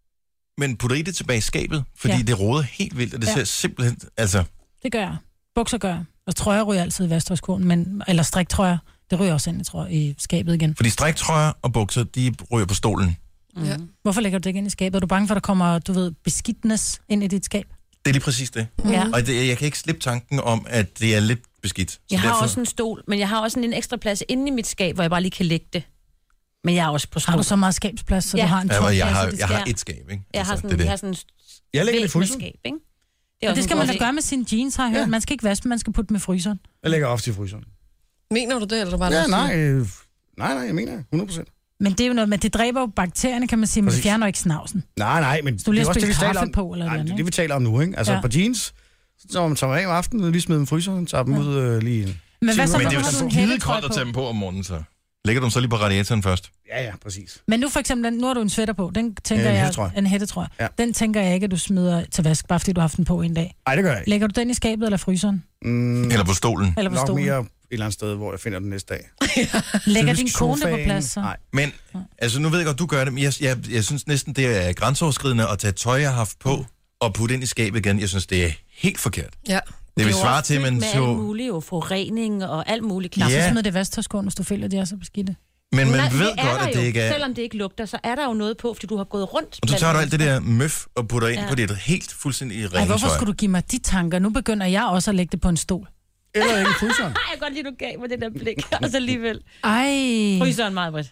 men putter I det tilbage i skabet? Fordi Ja. det råder helt vildt, og det Ja. ser simpelthen, altså... Det gør jeg. Bukser gør jeg. Og trøjer ryger altid i vasketøjskurven, men eller striktrøjer, det ryger også ind, jeg tror, i skabet igen. Fordi striktrøjer og bukser, de ryger på stolen. Ja. Hvorfor lægger du det ikke ind i skabet? Er du bange for, at der kommer, du ved, beskidtness ind i dit skab? Det er lige præcis det. Ja. Og det, jeg kan ikke slippe tanken om, at det er lidt beskidt. Så Jeg har derfor... også en stol, men jeg har også en ekstra plads inde i mit skab, hvor jeg bare lige kan lægge det. Men jeg er også på stol. Har du så meget skabsplads, så Ja. du har en Ja, tom og jeg plads, har, og det jeg skal- har et skab, ikke? Jeg har Altså, sådan, det er det. jeg har sådan en Jeg lægger det i væg med fryseren. skab, ikke? Og det også skal en man god da idé. gøre med sine jeans, har jeg hørt. Ja. Man skal ikke vaske, man skal putte dem i fryseren. Jeg lægger ofte i fryseren. Mener du det, eller er det bare Ja, noget, du nej, siger? øh, nej, nej, jeg mener det. hundrede procent. Men det er jo noget, men det dræber jo bakterierne, kan man sige, men det Præcis. fjerner ikke snavsen. Nej, nej, men du lige det er også det, vi spillet taler kaffe om. på, eller Nej, hvad, det er ikke? det, vi taler om nu, ikke? Altså Ja. på jeans, så når man tager dem af om aftenen, lige smider dem i fryseren, tager dem ud øh, lige en... Men hvad så, Men når det er du jo har du en skide hættetrøje koldt at på? tage dem på om morgenen, så. Lægger du dem så lige på radiatoren først? Ja, ja, præcis. Men nu for eksempel, nu har du en sweater på, den tænker Ja, en jeg, hættetrøje. en hættetrøje. Ja. Den tænker jeg ikke, at du smider til vask, bare fordi du har haft den på en dag. Nej, det gør jeg ikke. Lægger du den i skabet eller fryseren? Mm, Eller på stolen? Eller på nok stolen? mere et eller andet sted, hvor jeg finder den næste dag. Lægger Typisk din kone det på sofaen. plads, så? Nej. Men, altså nu ved jeg godt, du gør det, men jeg, jeg, jeg synes næsten, det er grænseoverskridende at tage tøj, jeg har haft på, og putte ind i skabet igen. Jeg synes, det er helt forkert. Ja. Det vil er jo svare også til, fyldt men med så... alt muligt, jo forurening og alt muligt Nå, klart. Ja. så smid det i vasketøjskurven, hvis du føler, at de er så beskidte. Men man Nej, ved det er godt, der at det jo. ikke er... Selvom det ikke lugter, så er der jo noget på, fordi du har gået rundt. Og så blandt tager du alt det mennesker. der møf og putter ind Ja. på det helt fuldstændig Ej, rene hvorfor tøj. skulle du give mig de tanker? Nu begynder jeg også at lægge det på en stol. Eller ikke i fryseren. Ej, jeg kan godt lide, du gav mig det der blik. Og så alligevel. Ej. Fryseren meget bredt.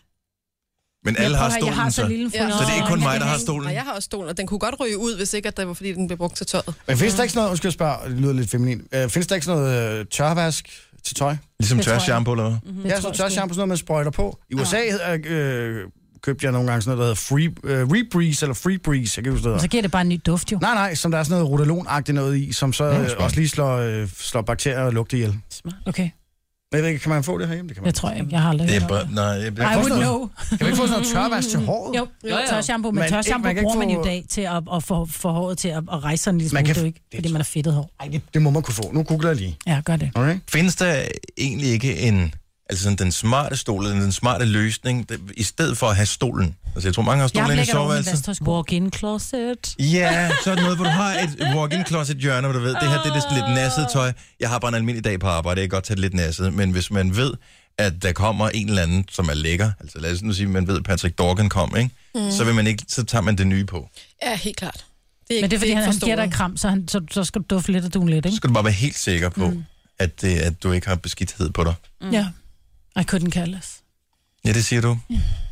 Men alle har stolen, Jeg har så så. lille en Ja. fryser. Så det er ikke kun Jeg mig, kan der har hænge- stolen. Og jeg har også stolen, og den kunne godt ryge ud, hvis ikke at det var, fordi den blev brugt til tøjet. Men findes der ikke sådan noget, undskyld jeg spørger, det lyder lidt feminin, øh, findes der ikke sådan noget øh, tørvask til tøj? Ligesom Det tror jeg. tørshampoo, eller hvad? Det Ja, tror sådan jeg tørshampoo, sådan noget, man sprøjter på. I U S A Ah. øh, købte jeg nogle gange sådan noget, der hedder free, øh, Rebreeze, eller Free Breeze, jeg kan ikke huske, sgu. det Så hedder. giver det bare en ny duft, jo. Nej, nej, som der er sådan noget rotalon-agtigt noget i, som så øh, også lige slår, øh, slår bakterier og lugt ihjel. Okay. Jeg ved ikke, kan man få det herhjemme? Det kan man. Det tror jeg ikke. Jeg har aldrig Det er hørt bare, om det. nej, jeg, I would know. Kan man ikke få sådan noget tørvask til håret? Jo, jo, tørshampoo, men Man- tørshampoo man kan ikke bruger man jo få- i dag til at, at få, få håret til at, at rejse sådan en lille Man smule, kan- det er jo ikke, det- fordi man har fedtet hår. Ej, det, det må man kunne få. Nu googler jeg lige. Ja, gør det. Okay? findes der egentlig ikke en, altså sådan den smarte stol, eller den smarte løsning, det, i stedet for at have stolen? Altså, jeg tror, mange har Jeg stolen inde i lægger det over min soveværelset. vasktøjsko. Walk-in closet. Ja, så er det noget, hvor du har et walk-in closet hjørne, hvor du ved, det her det er det sådan lidt nasset tøj. Jeg har bare en almindelig dag på arbejde, jeg kan godt tage det lidt nasset, men hvis man ved, at der kommer en eller anden, som er lækker, altså lad os nu sige, man ved, at Patrick Dorgan kom, ikke? Mm. Så vil man ikke, så tager man det nye på. Ja, helt klart. Det er Men det er, fordi ikke han, han for giver dig store. et kram, så, han, så, så skal du dufte lidt og dune lidt, Så ikke? skal du bare være helt sikker på, mm. at, det, at du ikke har beskidthed på dig. Mm. Ja. I couldn't care less. Ja, det siger du.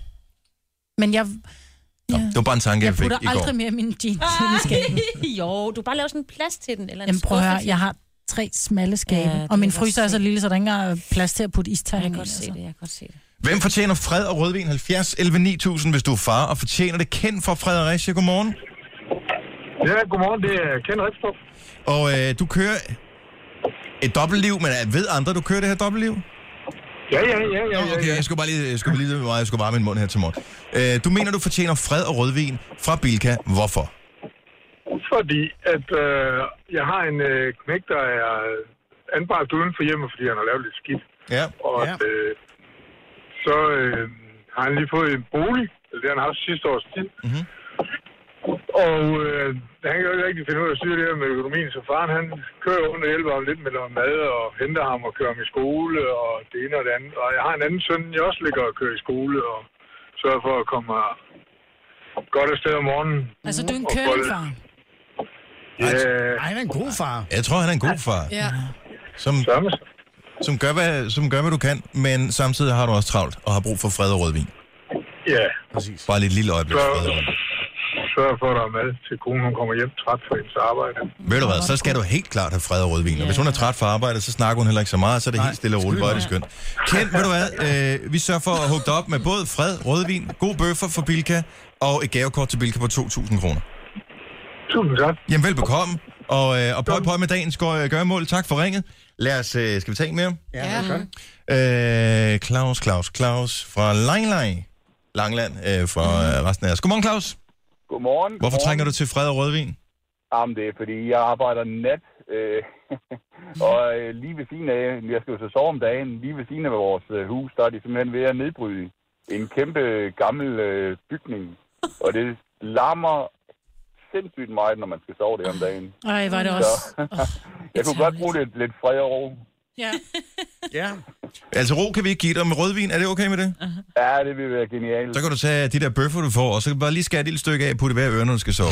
Men jeg... Nå, Ja. det var bare en tanke, jeg, Jeg fik putter i går. aldrig mere mine jeans ind i skabet. Jo, du bare laver sådan en plads til den. Eller en Jamen prøv at høre, skuffe til jeg har tre smalle skabe, Ja, ja, det og min kan jeg fryser er godt så se. lille, så der ikke engang er plads til at putte den. Jeg isterning kan i. godt se Altså. det, jeg kan godt se det. Hvem fortjener fred og rødvin? halvfjerds elleve ni tusind, hvis du er far, og fortjener det. Kendt fra Fredericia. Godmorgen. Ja, godmorgen. Det er Ken Ripstrup. Og øh, du kører et dobbeltliv, men ved andre, du kører det her dobbeltliv? Ja, ja, ja, ja. Nå, ja, okay, ja. jeg skulle bare lige, jeg skulle lige, jeg skulle varme min mund her til morgen. Øh, du mener, du fortjener fred og rødvin fra Bilka. Hvorfor? Fordi at øh, jeg har en øh, knægt, der er anbragt uden for hjemmet, fordi han har lavet lidt skidt. Ja. Og Ja. at, øh, så øh, har han lige fået en bolig, eller det har han haft sidste års tid. Mhm. Og øh, han kan jo ikke rigtig finde ud af at styre det her med økonomien, så faren han kører rundt og hjælper ham lidt med noget mad og henter ham og kører ham i skole og det ene og det andet. Og jeg har en anden søn, jeg også ligger og kører i skole og sørger for at komme godt afsted om morgenen. Altså, du er en Og curlingfar. Ja, Ej, han er en god far. Jeg tror, han er en god far, Ja. som, samme. som, gør, hvad, som gør, hvad du kan, men samtidig har du også travlt og har brug for fred og rødvin. Ja, Præcis. Bare lige et lille øjeblik Så- fred og rødvin. sørger for, at der er mad til konen, hun kommer hjem træt fra hendes arbejde. Ved du hvad, så skal du helt klart have fred og rødvin. Og hvis hun er træt fra arbejde, så snakker hun heller ikke så meget, så er det Nej, helt stille og roligt, hvor er det skønt. Kent, ved du hvad, øh, vi sørger for at hugge dig op med både fred, rødvin, god bøffer for Bilka og et gavekort til Bilka på to tusind kroner. Tusind tak. Jamen velbekomme, og, øh, og pøj pøj med dagens gør- gøremål. Tak for ringet. Lad os, øh, skal vi tage en mere? Ja, ja. Gør det. Øh, Claus, Claus, Claus fra Langlej. Langland øh, fra øh, resten af os. Godmorgen, Claus. Godmorgen. Hvorfor trænger du til fred og rødvin? Jamen, det er, fordi jeg arbejder nat, øh, og øh, lige ved siden af, jeg skal jo så sove om dagen, lige ved siden af vores øh, hus, der er de simpelthen ved at nedbryde en kæmpe gammel øh, bygning, og det larmer sindssygt meget, når man skal sove der om dagen. Ej, var det også... Så, jeg kunne godt bruge lidt, lidt fred og ro. Ja. Ja. Altså ro kan vi ikke give dig med rødvin. Er det okay med det? Ja, det vil være genialt. Så kan du tage de der bøffer, du får, og så kan du bare lige skære et lille stykke af og putte hver øre, når du skal sove.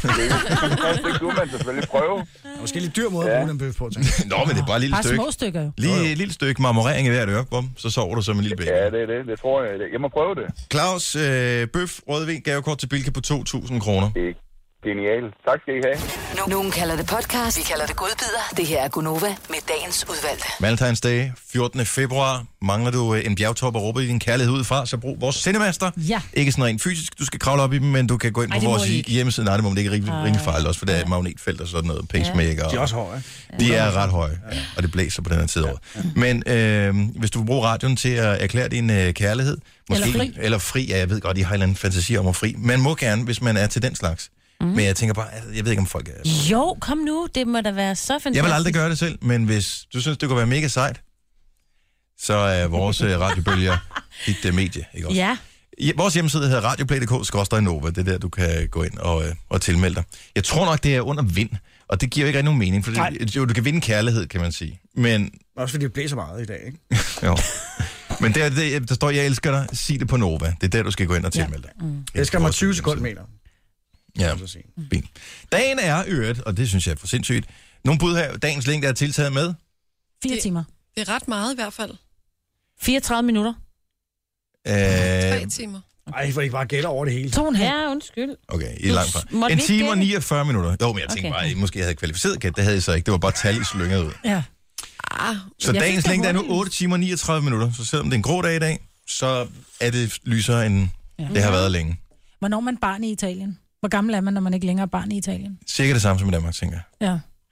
Det kunne man selvfølgelig prøve. Der er måske lidt dyr måde at bruge den bøf på, tænker jeg. Nå, men det er bare et lille Bare stykke. små stykker jo. Lige et lille stykke marmorering i hvert øre, bum, så sover du som en lille baby. Ja, det er det. Det tror jeg. Jeg må prøve det. Claus, øh, bøf, rødvin, gavekort til Bilka på to tusind kroner. Det er genialt. Tak skal I have. Nu- Nogen kalder det podcast, vi kalder det godbider. Det her er Gunova med dagens udvalgte. Valentine's Day, fjortende februar. Mangler du øh, en bjergtop og råbe din kærlighed ud fra, så brug vores sendemaster. Ja. Ikke sådan rent fysisk, du skal kravle op i dem, men du kan gå ind på Ej, det må vores I ikke. hjemmeside. Nej, det må man ikke rigtig ringe fejl, også for der er et magnetfelt og sådan noget, pacemaker. De er og- også høje. De er ret høje, ja, og det blæser på den her tid af året. Men øh, hvis du vil bruge radioen til at erklære din øh, kærlighed, måske, Eller fri. eller fri, ja, jeg ved godt, I har en eller anden fantasi om at fri. Man må gerne, hvis man er til den slags. Mm. Men jeg tænker bare, altså, jeg ved ikke, om folk er... Jo, kom nu. Det må da være så fantastisk. Jeg vil aldrig gøre det selv, men hvis du synes, det kunne være mega sejt, så er vores øh, radiobølger dit uh, medie, ikke også? Ja. I, vores hjemmeside hedder radioplay punktum d k skråstreg nova. Det er der, du kan gå ind og, øh, og tilmelde dig. Jeg tror nok, det er under vind, og det giver jo ikke rigtig nogen mening, for det, jo, du kan vinde kærlighed, kan man sige. Men Også fordi det blæser meget i dag, ikke? jo. Men der, der, der står, jeg elsker dig, sig det på Nova. Det er der, du skal gå ind og tilmelde dig. Mm. Jeg skal mig tyve sekunder meter. Ja, fint. Dagen er øret, og det synes jeg er for sindssygt. Nogle bud her, dagens længde er tiltaget med? Fire Det- timer. Det er ret meget i hvert fald. fireogtredive minutter. Øh, Tre timer. Ej, for ikke bare gætter over det hele. To og en halv. Ja, undskyld. okay, I er langt fra. måtte En vi ikke time og gætte? niogfyrre minutter. Jo, men jeg tænkte Okay. bare, at I måske havde kvalificeret gæt. Det havde I så ikke. Det var bare tal, I slyngede ud. Ja. Ah, Så Jeg dagens synes, det er længde er nu hurtigt. otte timer og niogtredive minutter. Så selvom det er en grå dag i dag, så er det lysere, end Ja. det har været længe. Hvornår er man barn i Italien? Hvor gammel er man, når man ikke længere er barn i Italien? Cirka det samme som i Danmark, tænker jeg. Ja.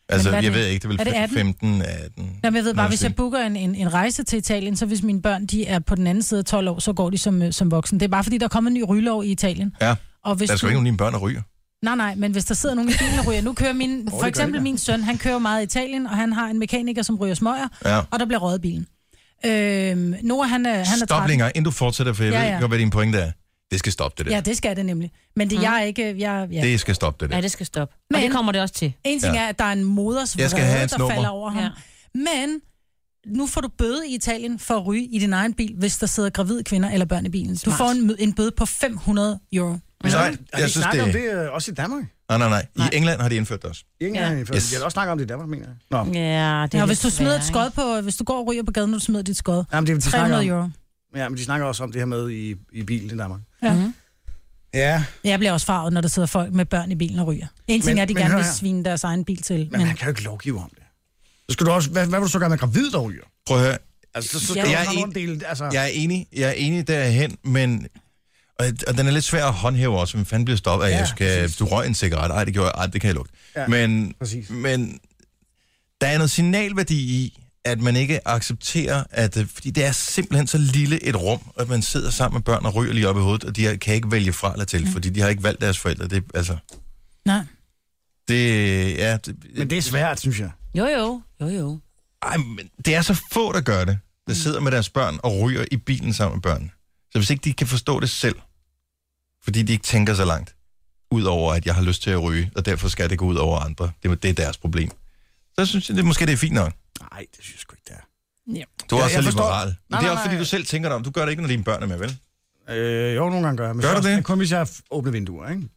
Altså, hvad er jeg det? ved ikke, det er vel Er det atten? femten, atten. Jamen, jeg ved bare, Noget hvis jeg stil. booker en, en, en rejse til Italien, så hvis mine børn de er på den anden side af tolv år, så går de som, øh, som voksen. Det er bare fordi, der er kommet en ny rygelov i Italien. Ja, og hvis der er sgu du... ikke nogen af dine børn, der ryger. Nej, nej, men hvis der sidder nogen i bilen og ryger, nu kører min, Oh, for eksempel min søn, han kører meget i Italien, og han har en mekaniker, som ryger smøger, Ja. og der bliver røget i bilen. Øhm, Nora, han er, han er Stop tretten. længere, inden du fortsætter, for jeg Ja, ved ja. ikke, hvad din pointe er. Det skal stoppe, det der. Ja, det skal det nemlig. Men det, jeg er ikke... Jeg, ja. Det skal stoppe, det der. Ja, det skal stoppe. Men- Og det kommer det også til. En ting Ja. er, at der er en moders Jeg skal have vrede, hans der nummer. falder over ham. Ja. Men nu får du bøde i Italien for at ryge i din egen bil, hvis der sidder gravide kvinder eller børn i bilen. Du Smart. får en, en bøde på fem hundrede euro. Nej, Har jeg de synes, snakket det... om det øh, også i Danmark? Nej, nej, nej. I England har de indført det også. I England Ja. har de indført Yes. det. De har også snakket om det i Danmark, mener jeg. Nå. Ja, det Ja, er hvis du lidt smider et sværere, skod på, hvis du går og ryger på gaden, og du smider dit skod, Jamen, det, de tre snakker hundrede om, euro. ja, men de snakker også om det her med i, i bilen i Danmark. Ja. Mhm. Ja, Jeg bliver også farvet, når der sidder folk med børn i bilen og ryger. En ting Men- er, at de men gerne hør vil her. svine deres egen bil til. men, Men, man kan jo ikke lovgive om det. Så skal du også, hvad, hvad vil du så gøre med gravid, der ryger? Prøv at høre. Altså, så, så Ja, skal jeg du er have en- nogle dele, altså... Jeg er enig, jeg er enig derhen, men... Og, og den er lidt svær at håndhæve også. Hvem fanden bliver stoppet af, Ja, jeg skal... præcis. Du røg en cigaret. Ej, det gjorde jeg. Ej, det kan jeg lugte. Ja, men, præcis. men der er noget signalværdi i, at man ikke accepterer, at... øh, Fordi det er simpelthen så lille et rum, at man sidder sammen med børn og ryger lige op i hovedet, og de kan ikke vælge fra eller til, mm. fordi de har ikke valgt deres forældre. Det, altså, nej. det, ja, det, Men det er svært, synes jeg. Jo, jo. Jo, jo. Ej, men det er så få, der gør det. Der sidder med deres børn og ryger i bilen sammen med børn. Så hvis ikke de kan forstå det selv, fordi de ikke tænker så langt, ud over at jeg har lyst til at ryge, og derfor skal det gå ud over andre. Det, er- det er deres problem. Så synes jeg, det måske det er fint nok. Nej, det synes jeg sgu ikke, det er. Du er Ja, også jeg så forstår- liberal. Men Nej, det er nej, også fordi, nej. du selv tænker dig om. Du gør det ikke, når dine børn er med, vel? Øh, jo, nogle gange gør jeg. Men Gør så du også- det? men kun hvis jeg åbner vinduer, ikke?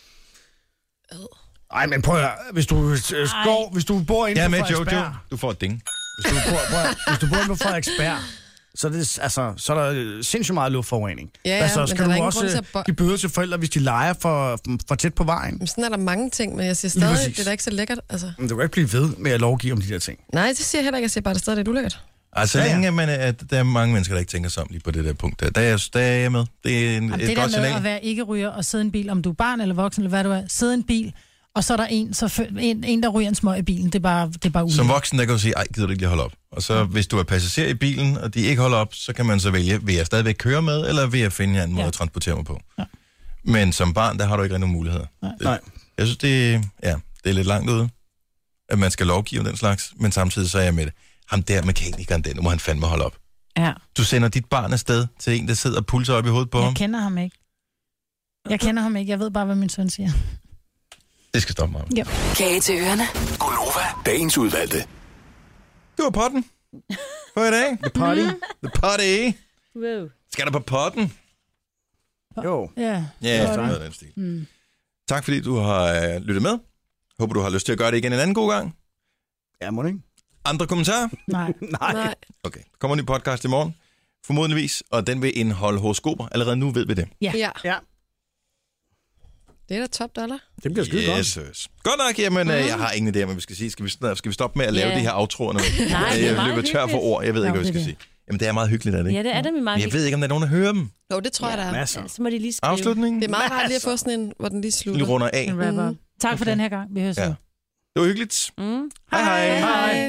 Nej, men prøv at høre. Hvis du, øh, går, hvis du bor inde Jeg er på med, Jojo. Frederiksberg... Du får et ding. Hvis du bor, prøv, at- hvis du bor inde på Frederiksberg, så er, det, altså, så er der øh, sindssygt meget luftforurening. Ja, ja, Hvad så? men Skal der er du ingen også grund til øh, at bo- give bøder til forældre, hvis de leger for, for tæt på vejen? Men sådan er der mange ting, men jeg siger Lige stadig, præcis. det er da ikke så lækkert. Altså. Men du kan ikke blive ved med at lovgive om de der ting. Nej, det siger jeg heller ikke. Jeg siger bare, at det stadig er lidt ulækkert. Altså, Ja, ja. længe man, at der er mange mennesker, der ikke tænker sig om lige på det der punkt. Der, der, er, der er jeg med. Det er en, Jamen, et det der godt med signal. at være ikke ryger og sidde i en bil, om du er barn eller voksen, eller hvad du er, sidde i en bil, og så er der en, så fø- en, en der ryger en smøg i bilen. Det er bare, det er bare ulækkert. Som voksen, der kan du sige, ej, gider du ikke lige holde op? Og så hvis du er passager i bilen, og de ikke holder op, så kan man så vælge, vil jeg stadigvæk køre med, eller vil jeg finde en anden måde Ja. at transportere mig på? Ja. Men som barn, der har du ikke rigtig nogen muligheder. Nej. Det, Nej. Jeg synes, det, ja, det er lidt langt ude, at man skal lovgive om den slags, men samtidig så er jeg med det. Ham der mekanikeren, der, nu må han fandme holde op. Ja. Du sender dit barn afsted til en, der sidder og pulser op i hovedet på ham. Jeg kender ham ikke. Jeg kender ham ikke. Jeg ved bare, hvad min søn siger. Det skal stoppe mig. Ja. Kage til ørerne. Gonova, dagens udvalgte. Det var potten for i dag. The party? The potty. Wow. Skal der på potten? Jo. Ja. Ja, Potty. noget af den stil. Mm. Tak fordi du har øh, lyttet med. Håber du har lyst til at gøre det igen en anden god gang. Ja, må det ikke? Andre kommentarer? Nej. Nej. Nej. Okay, der kommer en ny podcast i morgen. Formodentligvis, og den vil indeholde horoskoper. Allerede nu ved vi det. Ja. Ja. Ja, Det er da top dollar. det bliver skide godt. Yes, yes. Godt nok, jamen, øh, jeg har ingen idé om, hvad vi skal sige. Skal vi, skal vi stoppe med at lave Ja. de her outroer nu? Nej, det er Jeg meget løber tør for hyggeligt. ord. Jeg ved Nå, ikke, hvad vi det er skal det. sige. Jamen, det er meget hyggeligt, er det ikke? Ja, det er det med Men meget. jeg ved ikke, om der er nogen, der hører dem. Jo, det tror jeg, der er. Masser. Så må de lige skrive. Afslutningen? Det er meget rart lige at få sådan en, hvor den lige slutter. Vi runder af. En rapper. Tak for den her gang. Vi høres Ja. ja. Det var hyggeligt. Mm. Hej hej. Hej.